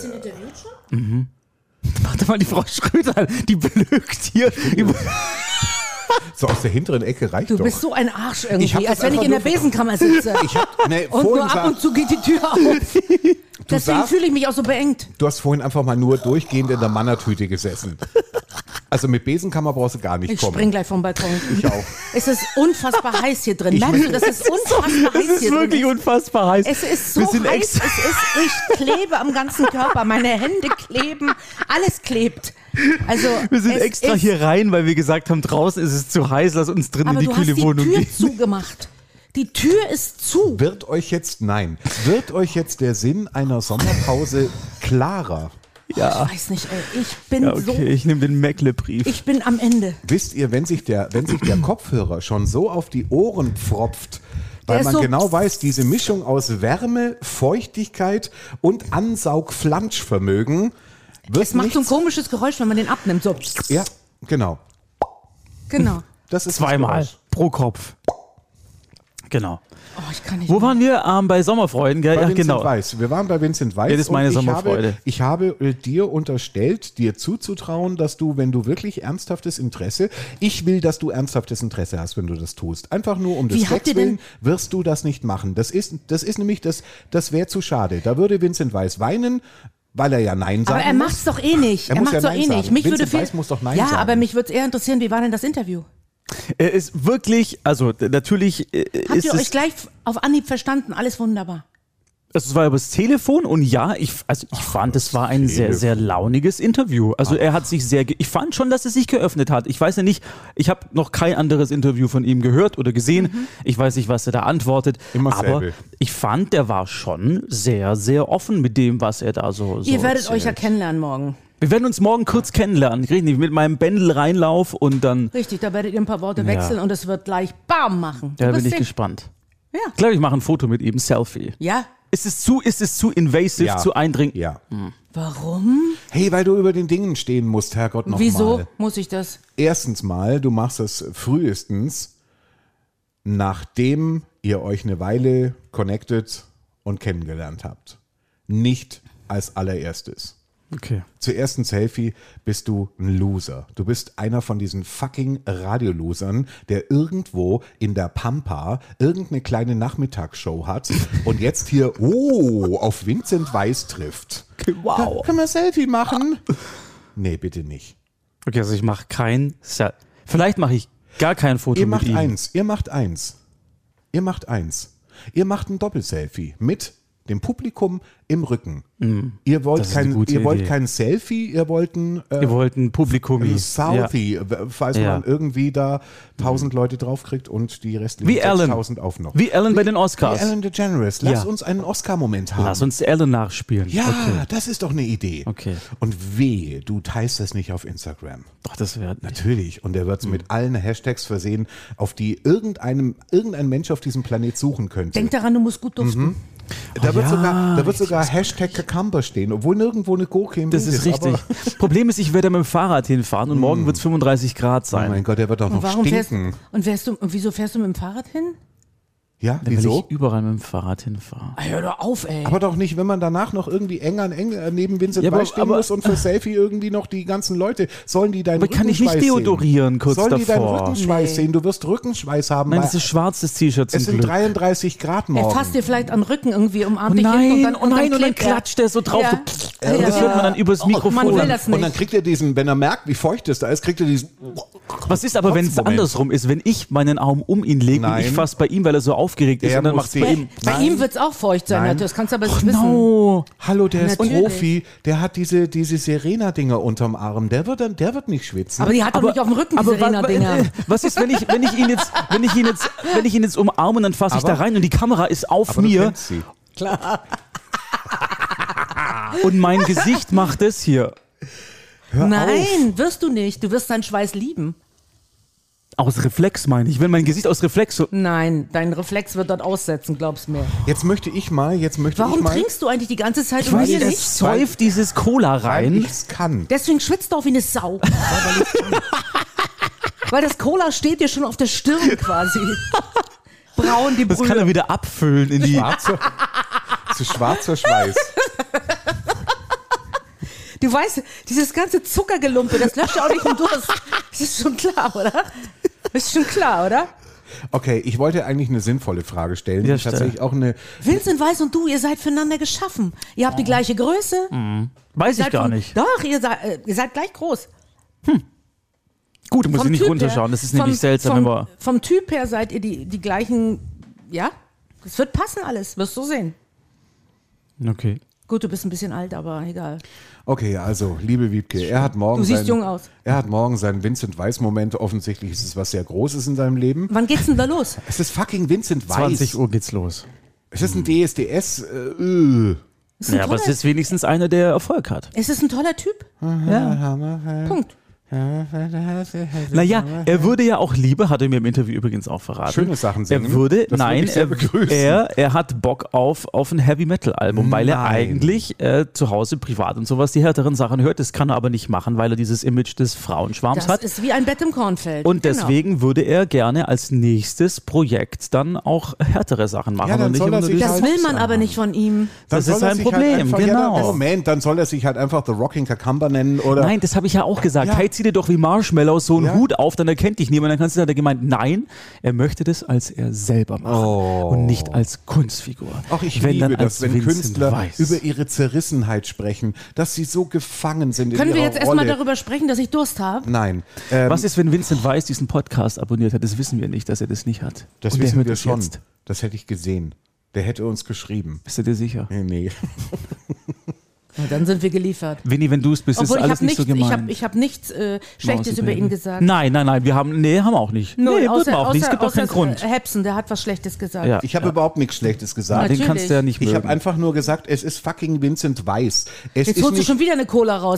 Warte mal, die Frau Schröder, an, die belügt hier. Über So aus der hinteren Ecke reicht Du doch. bist so ein Arsch Ich irgendwie, hab das als wenn ich einfach in der nur- Besenkammer sitze. Ich hab, nee, und vorhin nur ab sah- und zu geht die Tür auf. Deswegen saßt- fühle ich mich auch so beengt. Du hast vorhin einfach mal nur durchgehend in der Mannertüte gesessen. Also mit Besenkammer brauchst du gar nicht Ich kommen. spring gleich vom Balkon. Ich auch. Es ist unfassbar heiß hier drin. Ich Merkst du, möchte- das ist unfassbar Das heiß ist hier wirklich drin. unfassbar heiß. Es ist so Wir sind heiß, extra- es ist, ich klebe am ganzen Körper, meine Hände kleben, alles klebt. Also, Wir sind es extra ist, hier rein, weil wir gesagt haben, draußen ist es zu heiß, lass uns drin aber in die du kühle hast die Wohnung Tür gehen. zugemacht. Die Tür ist zu. Wird euch jetzt, nein, wird euch jetzt der Sinn einer Sommerpause klarer? Ja. Ich weiß nicht, ey. Ich bin Ja, okay, so. ich nehme den Meckle-Brief. Ich bin am Ende. Wisst ihr, wenn sich der, wenn sich der Kopfhörer schon so auf die Ohren pfropft, weil Der ist man so- genau weiß, diese Mischung aus Wärme, Feuchtigkeit und Ansaugflanschvermögen wird Es macht so ein nichts. komisches Geräusch, wenn man den abnimmt. So. Ja, genau. Genau. Das ist das Zweimal Geräusch. pro Kopf. Genau. Oh, ich kann nicht Wo mehr. waren wir? Ähm, bei Sommerfreuden, gell? Bei Ja, Vincent genau. Weiss. Wir waren bei Vincent Weiss. Ja, das ist meine und ich Sommerfreude. Habe, ich habe äh, dir unterstellt, dir zuzutrauen, dass du, wenn du wirklich ernsthaftes Interesse, ich will, dass du ernsthaftes Interesse hast, wenn du das tust. Einfach nur um des Wie habt Zwecks ihr denn- willen wirst du das nicht machen. Das ist, das ist nämlich, das, das wäre zu schade. Da würde Vincent Weiss weinen, weil er ja Nein sagen Aber er muss. macht's doch eh nicht. Er Er, muss macht's ja doch Nein eh sagen. nicht. Mich Vincent würde viel, Weiss muss doch Nein ja, sagen. aber mich würde es eher interessieren, wie war denn das Interview? Er ist wirklich, also d- natürlich äh, Habt ist ihr es, euch gleich auf Anhieb verstanden? Alles wunderbar. also es war übers Telefon und ja, ich, also ich fand, es war ein sehr, sehr launiges Interview. Also er hat sich sehr, ge- ich fand schon, dass er sich geöffnet hat. Ich weiß ja nicht, ich habe noch kein anderes Interview von ihm gehört oder gesehen. Mhm. Ich weiß nicht, was er da antwortet. Immer aber selbe. ich fand, der war schon sehr, sehr offen mit dem, was er da so, so Ihr werdet erzählt. euch ja kennenlernen morgen. Wir werden uns morgen kurz kennenlernen, richtig, mit meinem Bändel-Reinlauf und dann, Richtig, da werdet ihr ein paar Worte Ja. wechseln und es wird gleich BAM machen. Du ja, da bin wirst ich sehen. gespannt. Ja. Ich glaube, ich mache ein Foto mit ihm, Selfie. Ja. Ist es zu, ist es zu invasive, Ja. zu eindringend? Ja. Warum? Hey, weil du über den Dingen stehen musst, Herrgott, noch Wieso mal. muss ich das? Erstens mal, du machst es frühestens, nachdem ihr euch eine Weile connected und kennengelernt habt. Nicht als allererstes. Okay. Zuerst ein Selfie, bist du ein Loser. Du bist einer von diesen fucking Radiolosern, der irgendwo in der Pampa irgendeine kleine Nachmittagsshow hat und jetzt hier, oh, auf Vincent Weiss trifft. Wow. Können wir ein Selfie machen? Nee, bitte nicht. Okay, also ich mache kein Sel Vielleicht mache ich gar kein Foto Ihr mit macht ihm. eins, ihr macht eins. Ihr macht eins. Ihr macht ein Doppelselfie mit dem Publikum im Rücken. Ihr wollt Das ist eine kein, gute ihr wollt Idee. kein Selfie, ihr wollt ein äh, Wir wollten Publikum. ein Selfie, falls Ja. man irgendwie da tausend Leute draufkriegt und die restlichen Wie Ellen. sechstausend auf noch. Wie Ellen bei den Oscars. Wie Ellen DeGeneres. Lass Ja. uns einen Oscar-Moment haben. Lass uns Ellen nachspielen. ja, Okay. das ist doch eine Idee. Okay. Und wehe, du teilst das nicht auf Instagram. Doch, das wäre. Natürlich. Und er wird es mit allen Hashtags versehen, auf die irgendeinem, irgendein Mensch auf diesem Planet suchen könnte. Denk daran, du musst gut duften. Da wird ja, sogar, da wird sogar Hashtag Cucumber stehen, obwohl nirgendwo eine Gurke im Das Wind ist richtig. Aber, Problem ist, ich werde mit dem Fahrrad hinfahren und morgen wird es fünfunddreißig Grad oh sein. mein Gott, der wird doch Und noch warum fährst, stinken. und, fährst du, und wieso fährst du mit dem Fahrrad hin? Ja, Weil wieso? ich überall mit dem Fahrrad hinfahre. Ah, hör doch auf, ey. Aber doch nicht, wenn man danach noch irgendwie eng an eng äh, neben Vincent Ja, aber- Weiss stehen aber- muss und für Selfie irgendwie noch die ganzen Leute. Sollen die deinen Aber kann ich nicht Rückenschweiß deodorieren sehen? kurz Sollen die deinen davor? Rückenschweiß Nee. sehen? Du wirst Rückenschweiß haben, Nein, weil das ist schwarzes T-Shirt zum es sind Glück. dreiunddreißig Grad Er morgen. fasst dir vielleicht an den Rücken irgendwie, Oh umarmt dich hinten nein, und dann, oh nein, und dann klebt er. klatscht er so drauf. Ja. So, und das hört man dann übers Oh, Mikrofon. man will das Und dann nicht. kriegt er diesen, wenn er merkt, wie feucht es da ist, kriegt er diesen. Was ist aber, wenn es Moment. andersrum ist? Wenn ich meinen Arm um ihn lege und Nein. ich fasse bei ihm, weil er so aufgeregt ist Der und dann muss macht es bei dich- ihm. Bei Nein. ihm wird es auch feucht sein, Nein. natürlich. Das kannst du aber nicht wissen. No. Hallo, der ist Natürlich. Profi, der hat diese, diese Serena-Dinger unterm Arm. Der wird dann, der wird nicht schwitzen. Aber die hat doch nicht auf dem Rücken, die aber wa- Serena-Dinger. äh, Was ist, wenn ich, wenn ich ihn jetzt, wenn ich ihn jetzt, wenn ich ihn jetzt umarme und dann fasse ich Aber- da rein und die Kamera ist auf Aber du mir kennst sie. und mein Gesicht macht es hier. Hör Nein, wirst du nicht. Du wirst deinen Schweiß lieben. Aus Reflex meine ich. Wenn mein Gesicht aus Reflex so. Nein, dein Reflex wird dort aussetzen, glaub's mir. auf. Jetzt möchte ich mal, jetzt möchte ich Warum mal. trinkst du eigentlich die ganze Zeit Ich und weiß wir nicht, nicht? es säuft dieses Cola weil rein. ich's kann. Deswegen schwitzt du auch wie eine Sau. Weil das Cola steht dir schon auf der Stirn quasi. Braun die Das kann Brühe. er wieder abfüllen in die. Schwarzer, zu schwarzer Schweiß. Du weißt, dieses ganze Zuckergelumpe, das löscht ja auch nicht im Durst. Das ist schon klar, oder? Das ist schon klar, oder? Okay, ich wollte eigentlich eine sinnvolle Frage stellen. Ja, die tatsächlich auch eine. Vincent Weiss und du, ihr seid füreinander geschaffen. Ihr habt die gleiche Größe. Weiß ich Seid gar vom- nicht. Doch, ihr seid, äh, ihr seid gleich groß. Gut, muss ich nicht Typ runterschauen. her- Das ist nämlich vom, seltsam, vom, aber. Vom Typ her seid ihr die, die gleichen, ja? Es wird passen alles, wirst du sehen. Okay. Gut, du bist ein bisschen alt, aber egal. Okay, also, liebe Wiebke, er hat morgen Du siehst sein, jung aus. Er hat morgen seinen Vincent-Weiss-Moment. Offensichtlich ist es was sehr Großes in seinem Leben. Wann geht's denn da los? Es ist fucking Vincent Weiss. zwanzig Uhr geht's los. Es ist ein D S D S. Äh, äh. Ist ein Ja, aber toller, es ist wenigstens einer, der Erfolg hat. es ist ein toller Typ. Ja. Punkt. Naja, er würde ja auch lieber, hat er mir im Interview übrigens auch verraten. Schöne Sachen singen. Er würde, Das nein, würde ich sehr er, begrüßen. er, er hat Bock auf, auf ein Heavy-Metal-Album, weil er Nein. eigentlich äh, zu Hause privat und sowas die härteren Sachen hört. Das kann er aber nicht machen, weil er dieses Image des Frauenschwarms Das hat. ist wie ein Bett im Kornfeld. Und Genau. deswegen würde er gerne als nächstes Projekt dann auch härtere Sachen machen. Ja, dann und nicht soll immer er nur sich dieses Das halt- will man aber nicht von ihm. Dann Das soll ist er ein sich halt Problem, einfach, genau. Ja, Moment, dann soll er sich halt einfach The Rocking Cucumber nennen oder. Nein, das habe ich ja auch gesagt. Ja. Hey, zieh dir doch wie Marshmallow so einen Ja. Hut auf, dann erkennt dich niemand. Dann kannst du hat er gemeint, nein, er möchte das als er selber machen Oh. und nicht als Kunstfigur. Ach, ich wenn liebe dann das, als wenn Vincent Künstler Weiss. über ihre Zerrissenheit sprechen, dass sie so gefangen sind Können in wir ihrer jetzt erstmal Rolle. darüber sprechen, dass ich Durst habe? Nein. Ähm, Was ist, wenn Vincent Weiss diesen Podcast abonniert hat? Das wissen wir nicht, dass er das nicht hat. das und der wissen hört wir es schon. Jetzt. Das hätte ich gesehen. Der hätte uns geschrieben. Bist du dir sicher? Nee, nee. Na, dann sind wir geliefert. Winnie, wenn du es bist, Obwohl ist ich alles habe nicht nichts, so ich gemeint. hab, ich hab nichts äh, Schlechtes Mausi über Baby. ihn gesagt. Nein, nein, nein, wir haben, nee, haben wir auch nicht. Null, nee, außer, würden wir auch nicht. Es außer- gibt auch keinen außer, Grund. äh, Hepsen, der hat was Schlechtes gesagt. Ja. Ich habe überhaupt nichts Schlechtes gesagt. Den Natürlich. kannst du ja nicht Ich habe mögen. einfach nur gesagt, es ist fucking Vincent Weiss. Es Jetzt ist holst du nicht, schon wieder eine Cola raus.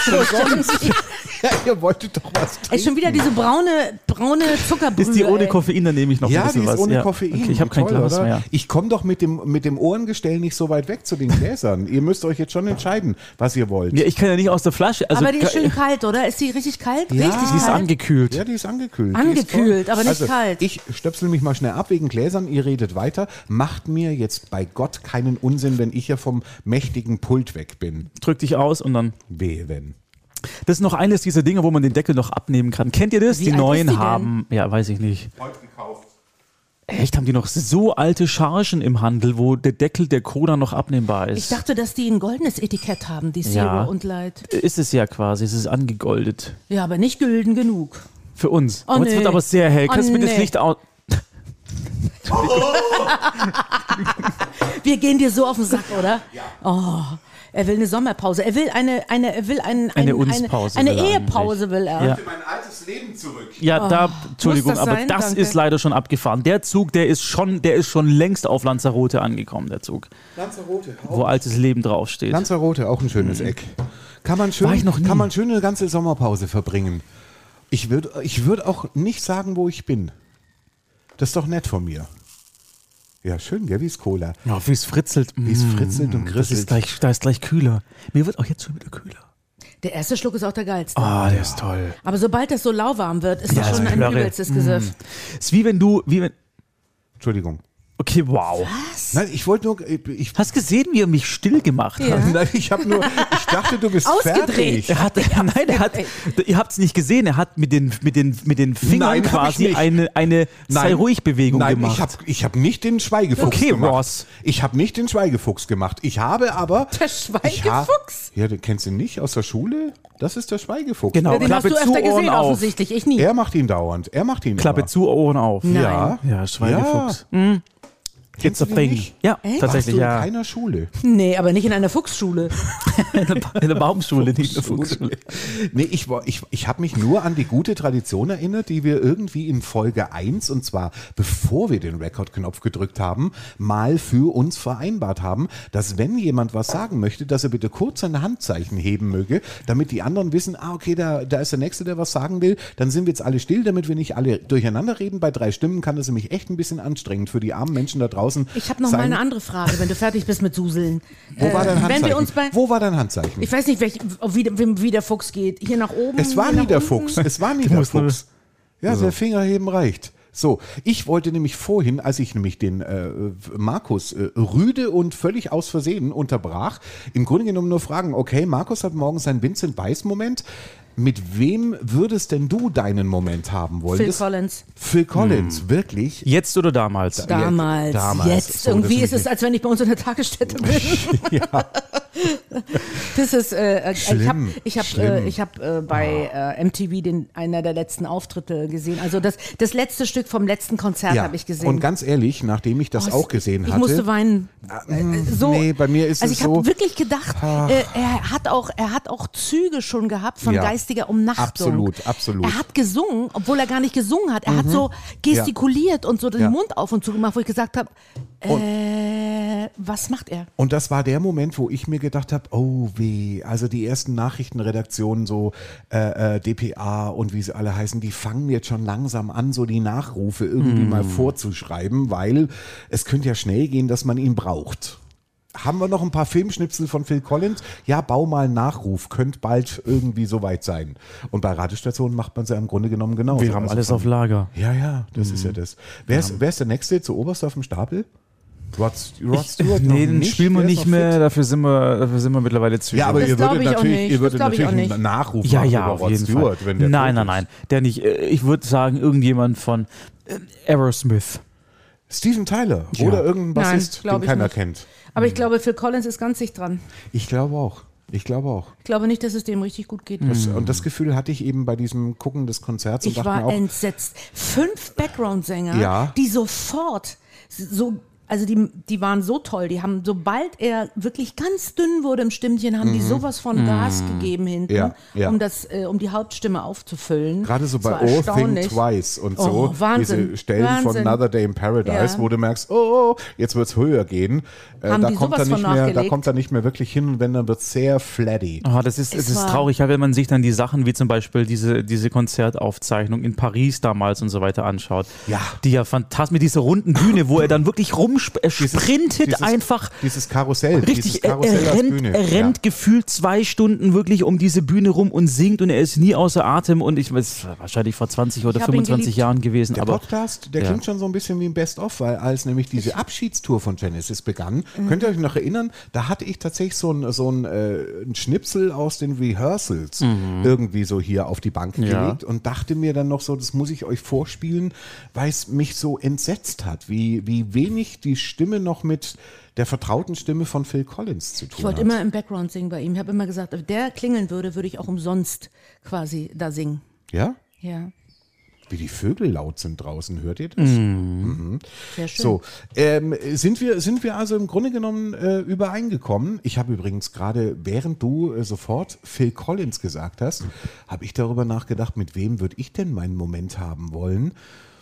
ja, ihr wolltet doch was trinken. Ey, schon wieder diese braune, braune Zuckerbrühe. Ist die ohne ey. Koffein, dann nehme ich noch Ja, ein bisschen die ist was. ohne ja. Koffein. Okay, ich habe kein Toll, Glas oder? mehr. Ich komme doch mit dem, mit dem Ohrengestell nicht so weit weg zu den Gläsern. Ihr müsst euch jetzt schon entscheiden, was ihr wollt. Ja, ich kann ja nicht aus der Flasche. Also Aber die ist ka- schön kalt, oder? Ist die richtig kalt? Ja. Richtig die ist kalt? angekühlt. Ja, die ist angekühlt. Angekühlt, die ist aber nicht also, kalt. Ich stöpsel mich mal schnell ab wegen Gläsern, ihr redet weiter. Macht mir jetzt bei Gott keinen Unsinn, wenn ich ja vom mächtigen Pult weg bin. Drück dich aus und dann. Wehe, wenn. Das ist noch eines dieser Dinge, wo man den Deckel noch abnehmen kann. Kennt ihr das? Wie die alt neuen ist die denn? haben. Ja, weiß ich nicht. Heute gekauft. Echt, haben die noch so alte Chargen im Handel, wo der Deckel der Cola noch abnehmbar ist? Ich dachte, dass die ein goldenes Etikett haben, die Zero Ja. und Light. Ist es ja quasi, es ist angegoldet. Ja, aber nicht gülden genug. Für uns. Oh, aber es nee. wird aber sehr hell. Oh, Kannst du mir das nee. Licht aus. Wir gehen dir so auf den Sack, oder? Ja. Oh, er will eine Sommerpause. Er will eine, eine, er will ein, Eine ein, Unspause Eine, will eine er Ehepause will er. Ja. Mein altes Leben zurück. Ja, da, Entschuldigung, muss das aber sein? das Danke. ist leider schon abgefahren. Der Zug, der ist schon, der ist schon längst auf Lanzarote angekommen, der Zug. Lanzarote. Wo altes Leben draufsteht. Lanzarote, auch ein schönes Eck. Kann man schön, War ich noch nie. Kann man schön eine ganze Sommerpause verbringen. Ich würde ich würd auch nicht sagen, wo ich bin. Das ist doch nett von mir. Ja, schön, gell, wie es Cola. Ja, wie es fritzelt. Wie es Mm, fritzelt und Das krisselt. ist gleich, da ist gleich kühler. Mir wird auch jetzt schon wieder kühler. Der erste Schluck ist auch der geilste. Ah, der ist toll. Aber sobald das so lauwarm wird, ist Ja, das schon das ein Plörre. übelstes Gesöff. Ist wie wenn du, wie wenn. Entschuldigung. Okay, wow. Nein, ich wollte nur. Ich, Hast gesehen, wie er mich still gemacht Ja. hat? nein, ich habe nur. Ich dachte, du bist Ausgedreht. fertig. Er hat, nein, er hat, ihr habt es nicht gesehen, er hat mit den, mit den, mit den Fingern Nein, hab ich quasi nicht. eine, eine Sei-Ruhig-Bewegung Nein, gemacht. ich habe ich hab nicht den Schweigefuchs Okay, gemacht. Ross. Ich habe nicht den Schweigefuchs gemacht. Ich habe aber. Der Ich ha- Schweigefuchs? Ja, den kennst du nicht aus der Schule? Das ist der Schweigefuchs. Genau. Ja, den hast Klappe du zu, öfter Ohren gesehen, auf. offensichtlich. Ich nie. Er macht ihn dauernd. Er macht ihn Klappe immer. zu, Ohren auf. Nein. Ja. Ja, Schweigefuchs. Ja. It's a du den thing. nicht? Ja, Echt? tatsächlich, Warst du ja. in keiner Schule. Nee, aber nicht in einer Fuchsschule. In der, in der Baumschule, nicht in der Fuchsschule. Nee, ich, war- ich, ich habe mich nur an die gute Tradition erinnert, die wir irgendwie in Folge eins, und zwar bevor wir den Rekordknopf gedrückt haben, mal für uns vereinbart haben, dass wenn jemand was sagen möchte, dass er bitte kurz seine Handzeichen heben möge, damit die anderen wissen, ah okay, da, da ist der Nächste, der was sagen will, dann sind wir jetzt alle still, damit wir nicht alle durcheinander reden. Bei drei Stimmen kann das nämlich echt ein bisschen anstrengend für die armen Menschen da draußen Ich habe noch sein. mal eine andere Frage, wenn du fertig bist mit Suseln. Wo war dein Äh, Handzeichen? Wenn wir uns bei, Wo war dein Handzeichen? ich weiß nicht, welch, wie, wie, wie der Fuchs geht. Hier nach oben. Es war hier nie nach der unten? Fuchs. Es war nie der musst nur- Fuchs. Ja, der Fingerheben reicht. So, ich wollte nämlich vorhin, als ich nämlich den äh, Markus äh, rüde und völlig aus Versehen unterbrach, im Grunde genommen nur fragen, okay, Markus hat morgen seinen Vincent Weiss-Moment. Mit wem würdest denn du deinen Moment haben wollen? Phil Das- Collins. Phil Collins, wirklich? Jetzt oder damals? Damals. damals. Jetzt. So, Irgendwie das ist es, als wenn ich bei uns in der Tagesstätte bin. Das ist, äh, ich habe Schlimm, ich hab, schlimm. äh, ich hab, äh, bei äh, M T V den, einer der letzten Auftritte gesehen. Also das, das letzte Stück vom letzten Konzert habe ich gesehen. Und ganz ehrlich, nachdem ich das Oh, auch gesehen ich hatte. musste weinen. Äh, so, nee, bei mir ist also es ich habe so. wirklich gedacht, äh, er, hat auch, er hat auch Züge schon gehabt von Ja, geistiger Umnachtung. absolut, absolut. Er hat gesungen, obwohl er gar nicht gesungen hat. Er hat so gestikuliert und so den Ja. Mund auf und zu gemacht, wo ich gesagt habe, äh, was macht er? Und das war der Moment, wo ich mir gedacht habe, oh weh, also die ersten Nachrichtenredaktionen, so äh, äh, D P A und wie sie alle heißen, die fangen jetzt schon langsam an, so die Nachrufe irgendwie Mm. mal vorzuschreiben, weil es könnte ja schnell gehen, dass man ihn braucht. Haben wir noch ein paar Filmschnipsel von Phil Collins? Ja, bau mal einen Nachruf, könnte bald irgendwie soweit sein. Und bei Radiostationen macht man es ja im Grunde genommen genauso. Wir haben Also alles von- auf Lager. Ja, ja, das ist ja das. Wer ist, wer ist der Nächste zu oberst auf dem Stapel? Rod, Rod Stewart? Nee, noch den spielen wir Wer ist nicht noch mehr, fit? dafür sind wir, dafür sind wir mittlerweile zu Ja, aber Das ihr glaub würdet ich auch natürlich, nicht. ihr Das würdet glaub ich natürlich auch nicht. einen Nachruf Ja, machen ja, über auf Rod jeden Stewart, Fall. wenn der Nein, tot nein, ist. nein. Der nicht. äh, Ich würde sagen, irgendjemand von äh, Aerosmith. Steven Tyler Ja. oder irgendein Nein, Bassist, glaub den ich keiner nicht. kennt. Aber ich glaube, Phil Collins ist ganz dicht dran. Ich glaube auch. Ich glaube auch. Ich glaube nicht, dass es dem richtig gut geht. Das, und das Gefühl hatte ich eben bei diesem Gucken des Konzerts und Ich dachte war mir auch, entsetzt. Fünf Background-Sänger, Ja. die sofort so, also die, die waren so toll, die haben, sobald er wirklich ganz dünn wurde im Stimmchen, haben die sowas von Gas gegeben hinten, Mhm. Ja, ja. um das, äh, um die Hauptstimme aufzufüllen. gerade so Das bei war All Think erstaunlich. Twice und Oh, so, Wahnsinn, diese Stellen von Wahnsinn. Another Day in Paradise, Ja. wo du merkst, oh, jetzt wird es höher gehen. Äh, Haben da die kommt er sowas nicht von mehr, da nachgelegt? kommt er nicht mehr wirklich hin und wenn, dann wird es sehr flatty. Oh, das ist, Es es ist war- traurig, ja, wenn man sich dann die Sachen wie zum Beispiel diese, diese Konzertaufzeichnung in Paris damals und so weiter anschaut. Ja. Die ja fantastisch mit dieser runden Bühne, wo er dann wirklich rumsprintet, dieses, einfach Dieses Karussell, dieses richtig. Er, Karussell er als rennt, Bühne. er rennt gefühlt zwei Stunden wirklich um diese Bühne rum und singt und er ist nie außer Atem und ich weiß, wahrscheinlich vor zwanzig oder Ich hab ihn fünfundzwanzig geliebt. Jahren gewesen, Der aber Podcast, der ja. klingt schon so ein bisschen wie ein Best-of, weil als nämlich diese Abschiedstour von Genesis begann, Mhm. könnt ihr euch noch erinnern, da hatte ich tatsächlich so ein, so ein, äh, ein Schnipsel aus den Rehearsals irgendwie so hier auf die Bank Mhm. Ja. gelegt und dachte mir dann noch so, das muss ich euch vorspielen, weil es mich so entsetzt hat, wie, wie wenig die Stimme noch mit der vertrauten Stimme von Phil Collins zu tun Ich wollte hat. immer im Background singen bei ihm. Ich habe immer gesagt, wenn der klingeln würde, würde ich auch umsonst quasi da singen. Ja? Ja, Wie die Vögel laut sind draußen, hört ihr das? sehr schön. So, ähm, sind, wir, sind wir also im Grunde genommen äh, übereingekommen. Ich habe übrigens gerade, während du äh, sofort Phil Collins gesagt hast, habe ich darüber nachgedacht, mit wem würde ich denn meinen Moment haben wollen?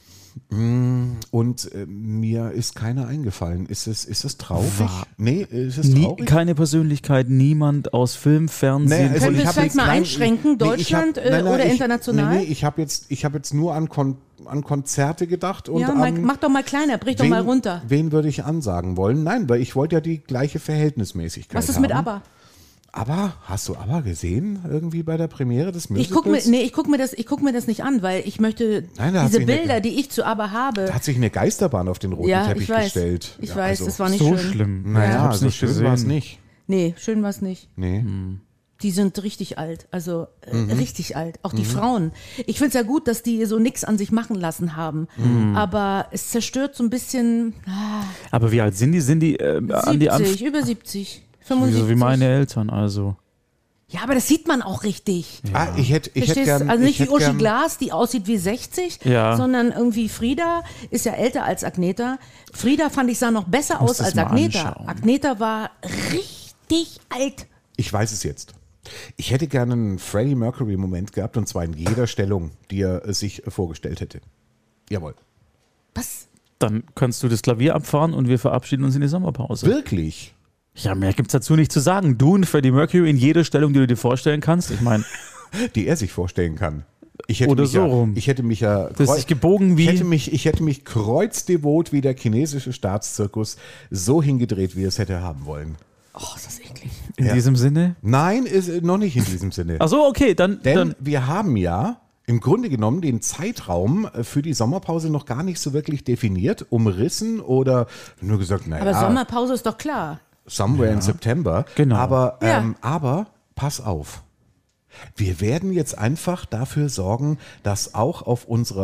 Mm, Und äh, mir ist keiner eingefallen. Ist es, ist es traurig? War- Nee, ist es nie, traurig? keine Persönlichkeit, niemand aus Film, Fernsehen. also Können wir ich es hab vielleicht jetzt mal klein- einschränken, ich hab- Deutschland, äh, oder ich, international? Nee, nee, ich habe jetzt, ich hab jetzt nur an, Kon an Konzerte gedacht und ja, mal, an, mach doch mal kleiner, brich doch wen, mal runter. Wen würde ich ansagen wollen? Nein, weil ich wollte ja die gleiche Verhältnismäßigkeit Was ist haben. mit ABBA? Aber hast du ABBA gesehen irgendwie bei der Premiere des Ich Musicals? gucke mir, nee, ich guck mir, das- ich guck mir das nicht an, weil ich möchte Nein, da hat diese sich eine- Bilder, die ich zu ABBA habe. Da hat sich eine Geisterbahn auf den roten Ja, Teppich ich weiß. gestellt. Ich Ja, weiß, also, das war nicht so schön. schlimm. Naja, ich hab's so nicht schön gesehen. war es nicht. Nee, schön war es nicht. Nee. Die sind richtig alt, also äh, Mhm. richtig alt. Auch die Frauen. Ich finde es ja gut, dass die so nichts an sich machen lassen haben. Mhm. Aber es zerstört so ein bisschen ah, Aber wie alt sind die? Sind die äh, an die Anf siebzig, über siebzig, so fünfundsiebzig. wie meine Eltern, also. Ja, aber das sieht man auch richtig. Ah, ich hätte ich hätte Verstehst? gern, also ich nicht wie hätte Uschi gern, Glas, die aussieht wie sechzig, Ja. sondern irgendwie Frieda ist ja älter als Agneta. Frieda fand ich sah noch besser muss aus das als mal Agneta. anschauen. Agneta war richtig alt. Ich weiß es jetzt. Ich hätte gerne einen Freddie Mercury-Moment gehabt und zwar in jeder Stellung, die er sich vorgestellt hätte. Jawohl. Was? Dann kannst du das Klavier abfahren und wir verabschieden uns in die Sommerpause. Wirklich? Ja, mehr gibt's dazu nicht zu sagen. Du und Freddie Mercury in jeder Stellung, die du dir vorstellen kannst. Ich meine, Die er sich vorstellen kann. Ich hätte Oder mich so ja, rum. Ich hätte mich ja das kreu- ist gebogen ich hätte wie. mich, ich hätte mich kreuzdevot wie der chinesische Staatszirkus so hingedreht, wie er es hätte haben wollen. Oh, ist das eklig. In Ja. diesem Sinne. Nein, ist äh, noch nicht in diesem Sinne. Ach so, okay, dann. Denn dann wir haben ja im Grunde genommen den Zeitraum äh, für die Sommerpause noch gar nicht so wirklich definiert, umrissen oder nur gesagt, naja, Aber Sommerpause ist doch klar. somewhere in September. Genau. Aber, Ja. ähm, aber pass auf. Wir werden jetzt einfach dafür sorgen, dass auch auf unserer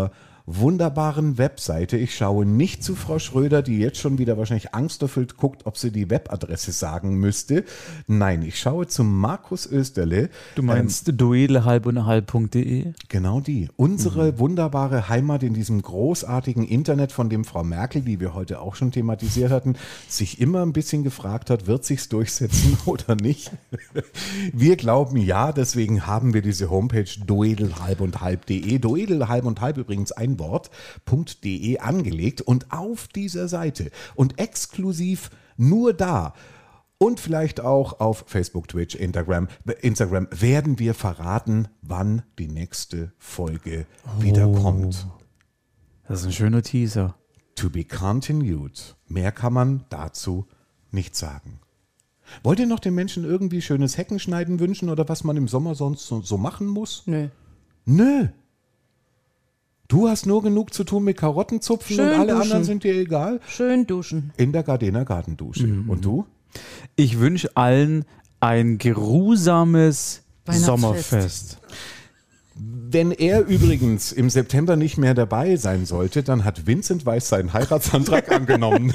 wunderbaren Webseite. Ich schaue nicht zu Frau Schröder, die jetzt schon wieder wahrscheinlich angsterfüllt guckt, ob sie die Webadresse sagen müsste. Nein, ich schaue zu Markus Österle. Du meinst ähm, duedelhalb und halb punkt de? Genau die. Unsere mhm. wunderbare Heimat in diesem großartigen Internet, von dem Frau Merkel, die wir heute auch schon thematisiert hatten, sich immer ein bisschen gefragt hat, wird sich's durchsetzen oder nicht? Wir glauben ja, deswegen haben wir diese Homepage duedelhalb und halb punkt de. Duedelhalb und halb übrigens ein Wort, .de angelegt und auf dieser Seite und exklusiv nur da und vielleicht auch auf Facebook, Twitch, Instagram, Instagram werden wir verraten, wann die nächste Folge oh. wieder kommt. Das ist ein schöner Teaser. To be continued. Mehr kann man dazu nicht sagen. Wollt ihr noch den Menschen irgendwie schönes Heckenschneiden wünschen oder was man im Sommer sonst so, so machen muss? Nö. Nö. Du hast nur genug zu tun mit Karottenzupfen Schön und alle duschen. Anderen sind dir egal? Schön duschen. In der Gardena Gardendusche. Mhm. Und du? Ich wünsche allen ein geruhsames Sommerfest. Wenn er übrigens im September nicht mehr dabei sein sollte, dann hat Vincent Weiss seinen Heiratsantrag angenommen.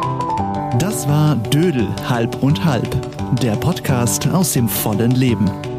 Das war Dödel halb und halb, der Podcast aus dem vollen Leben.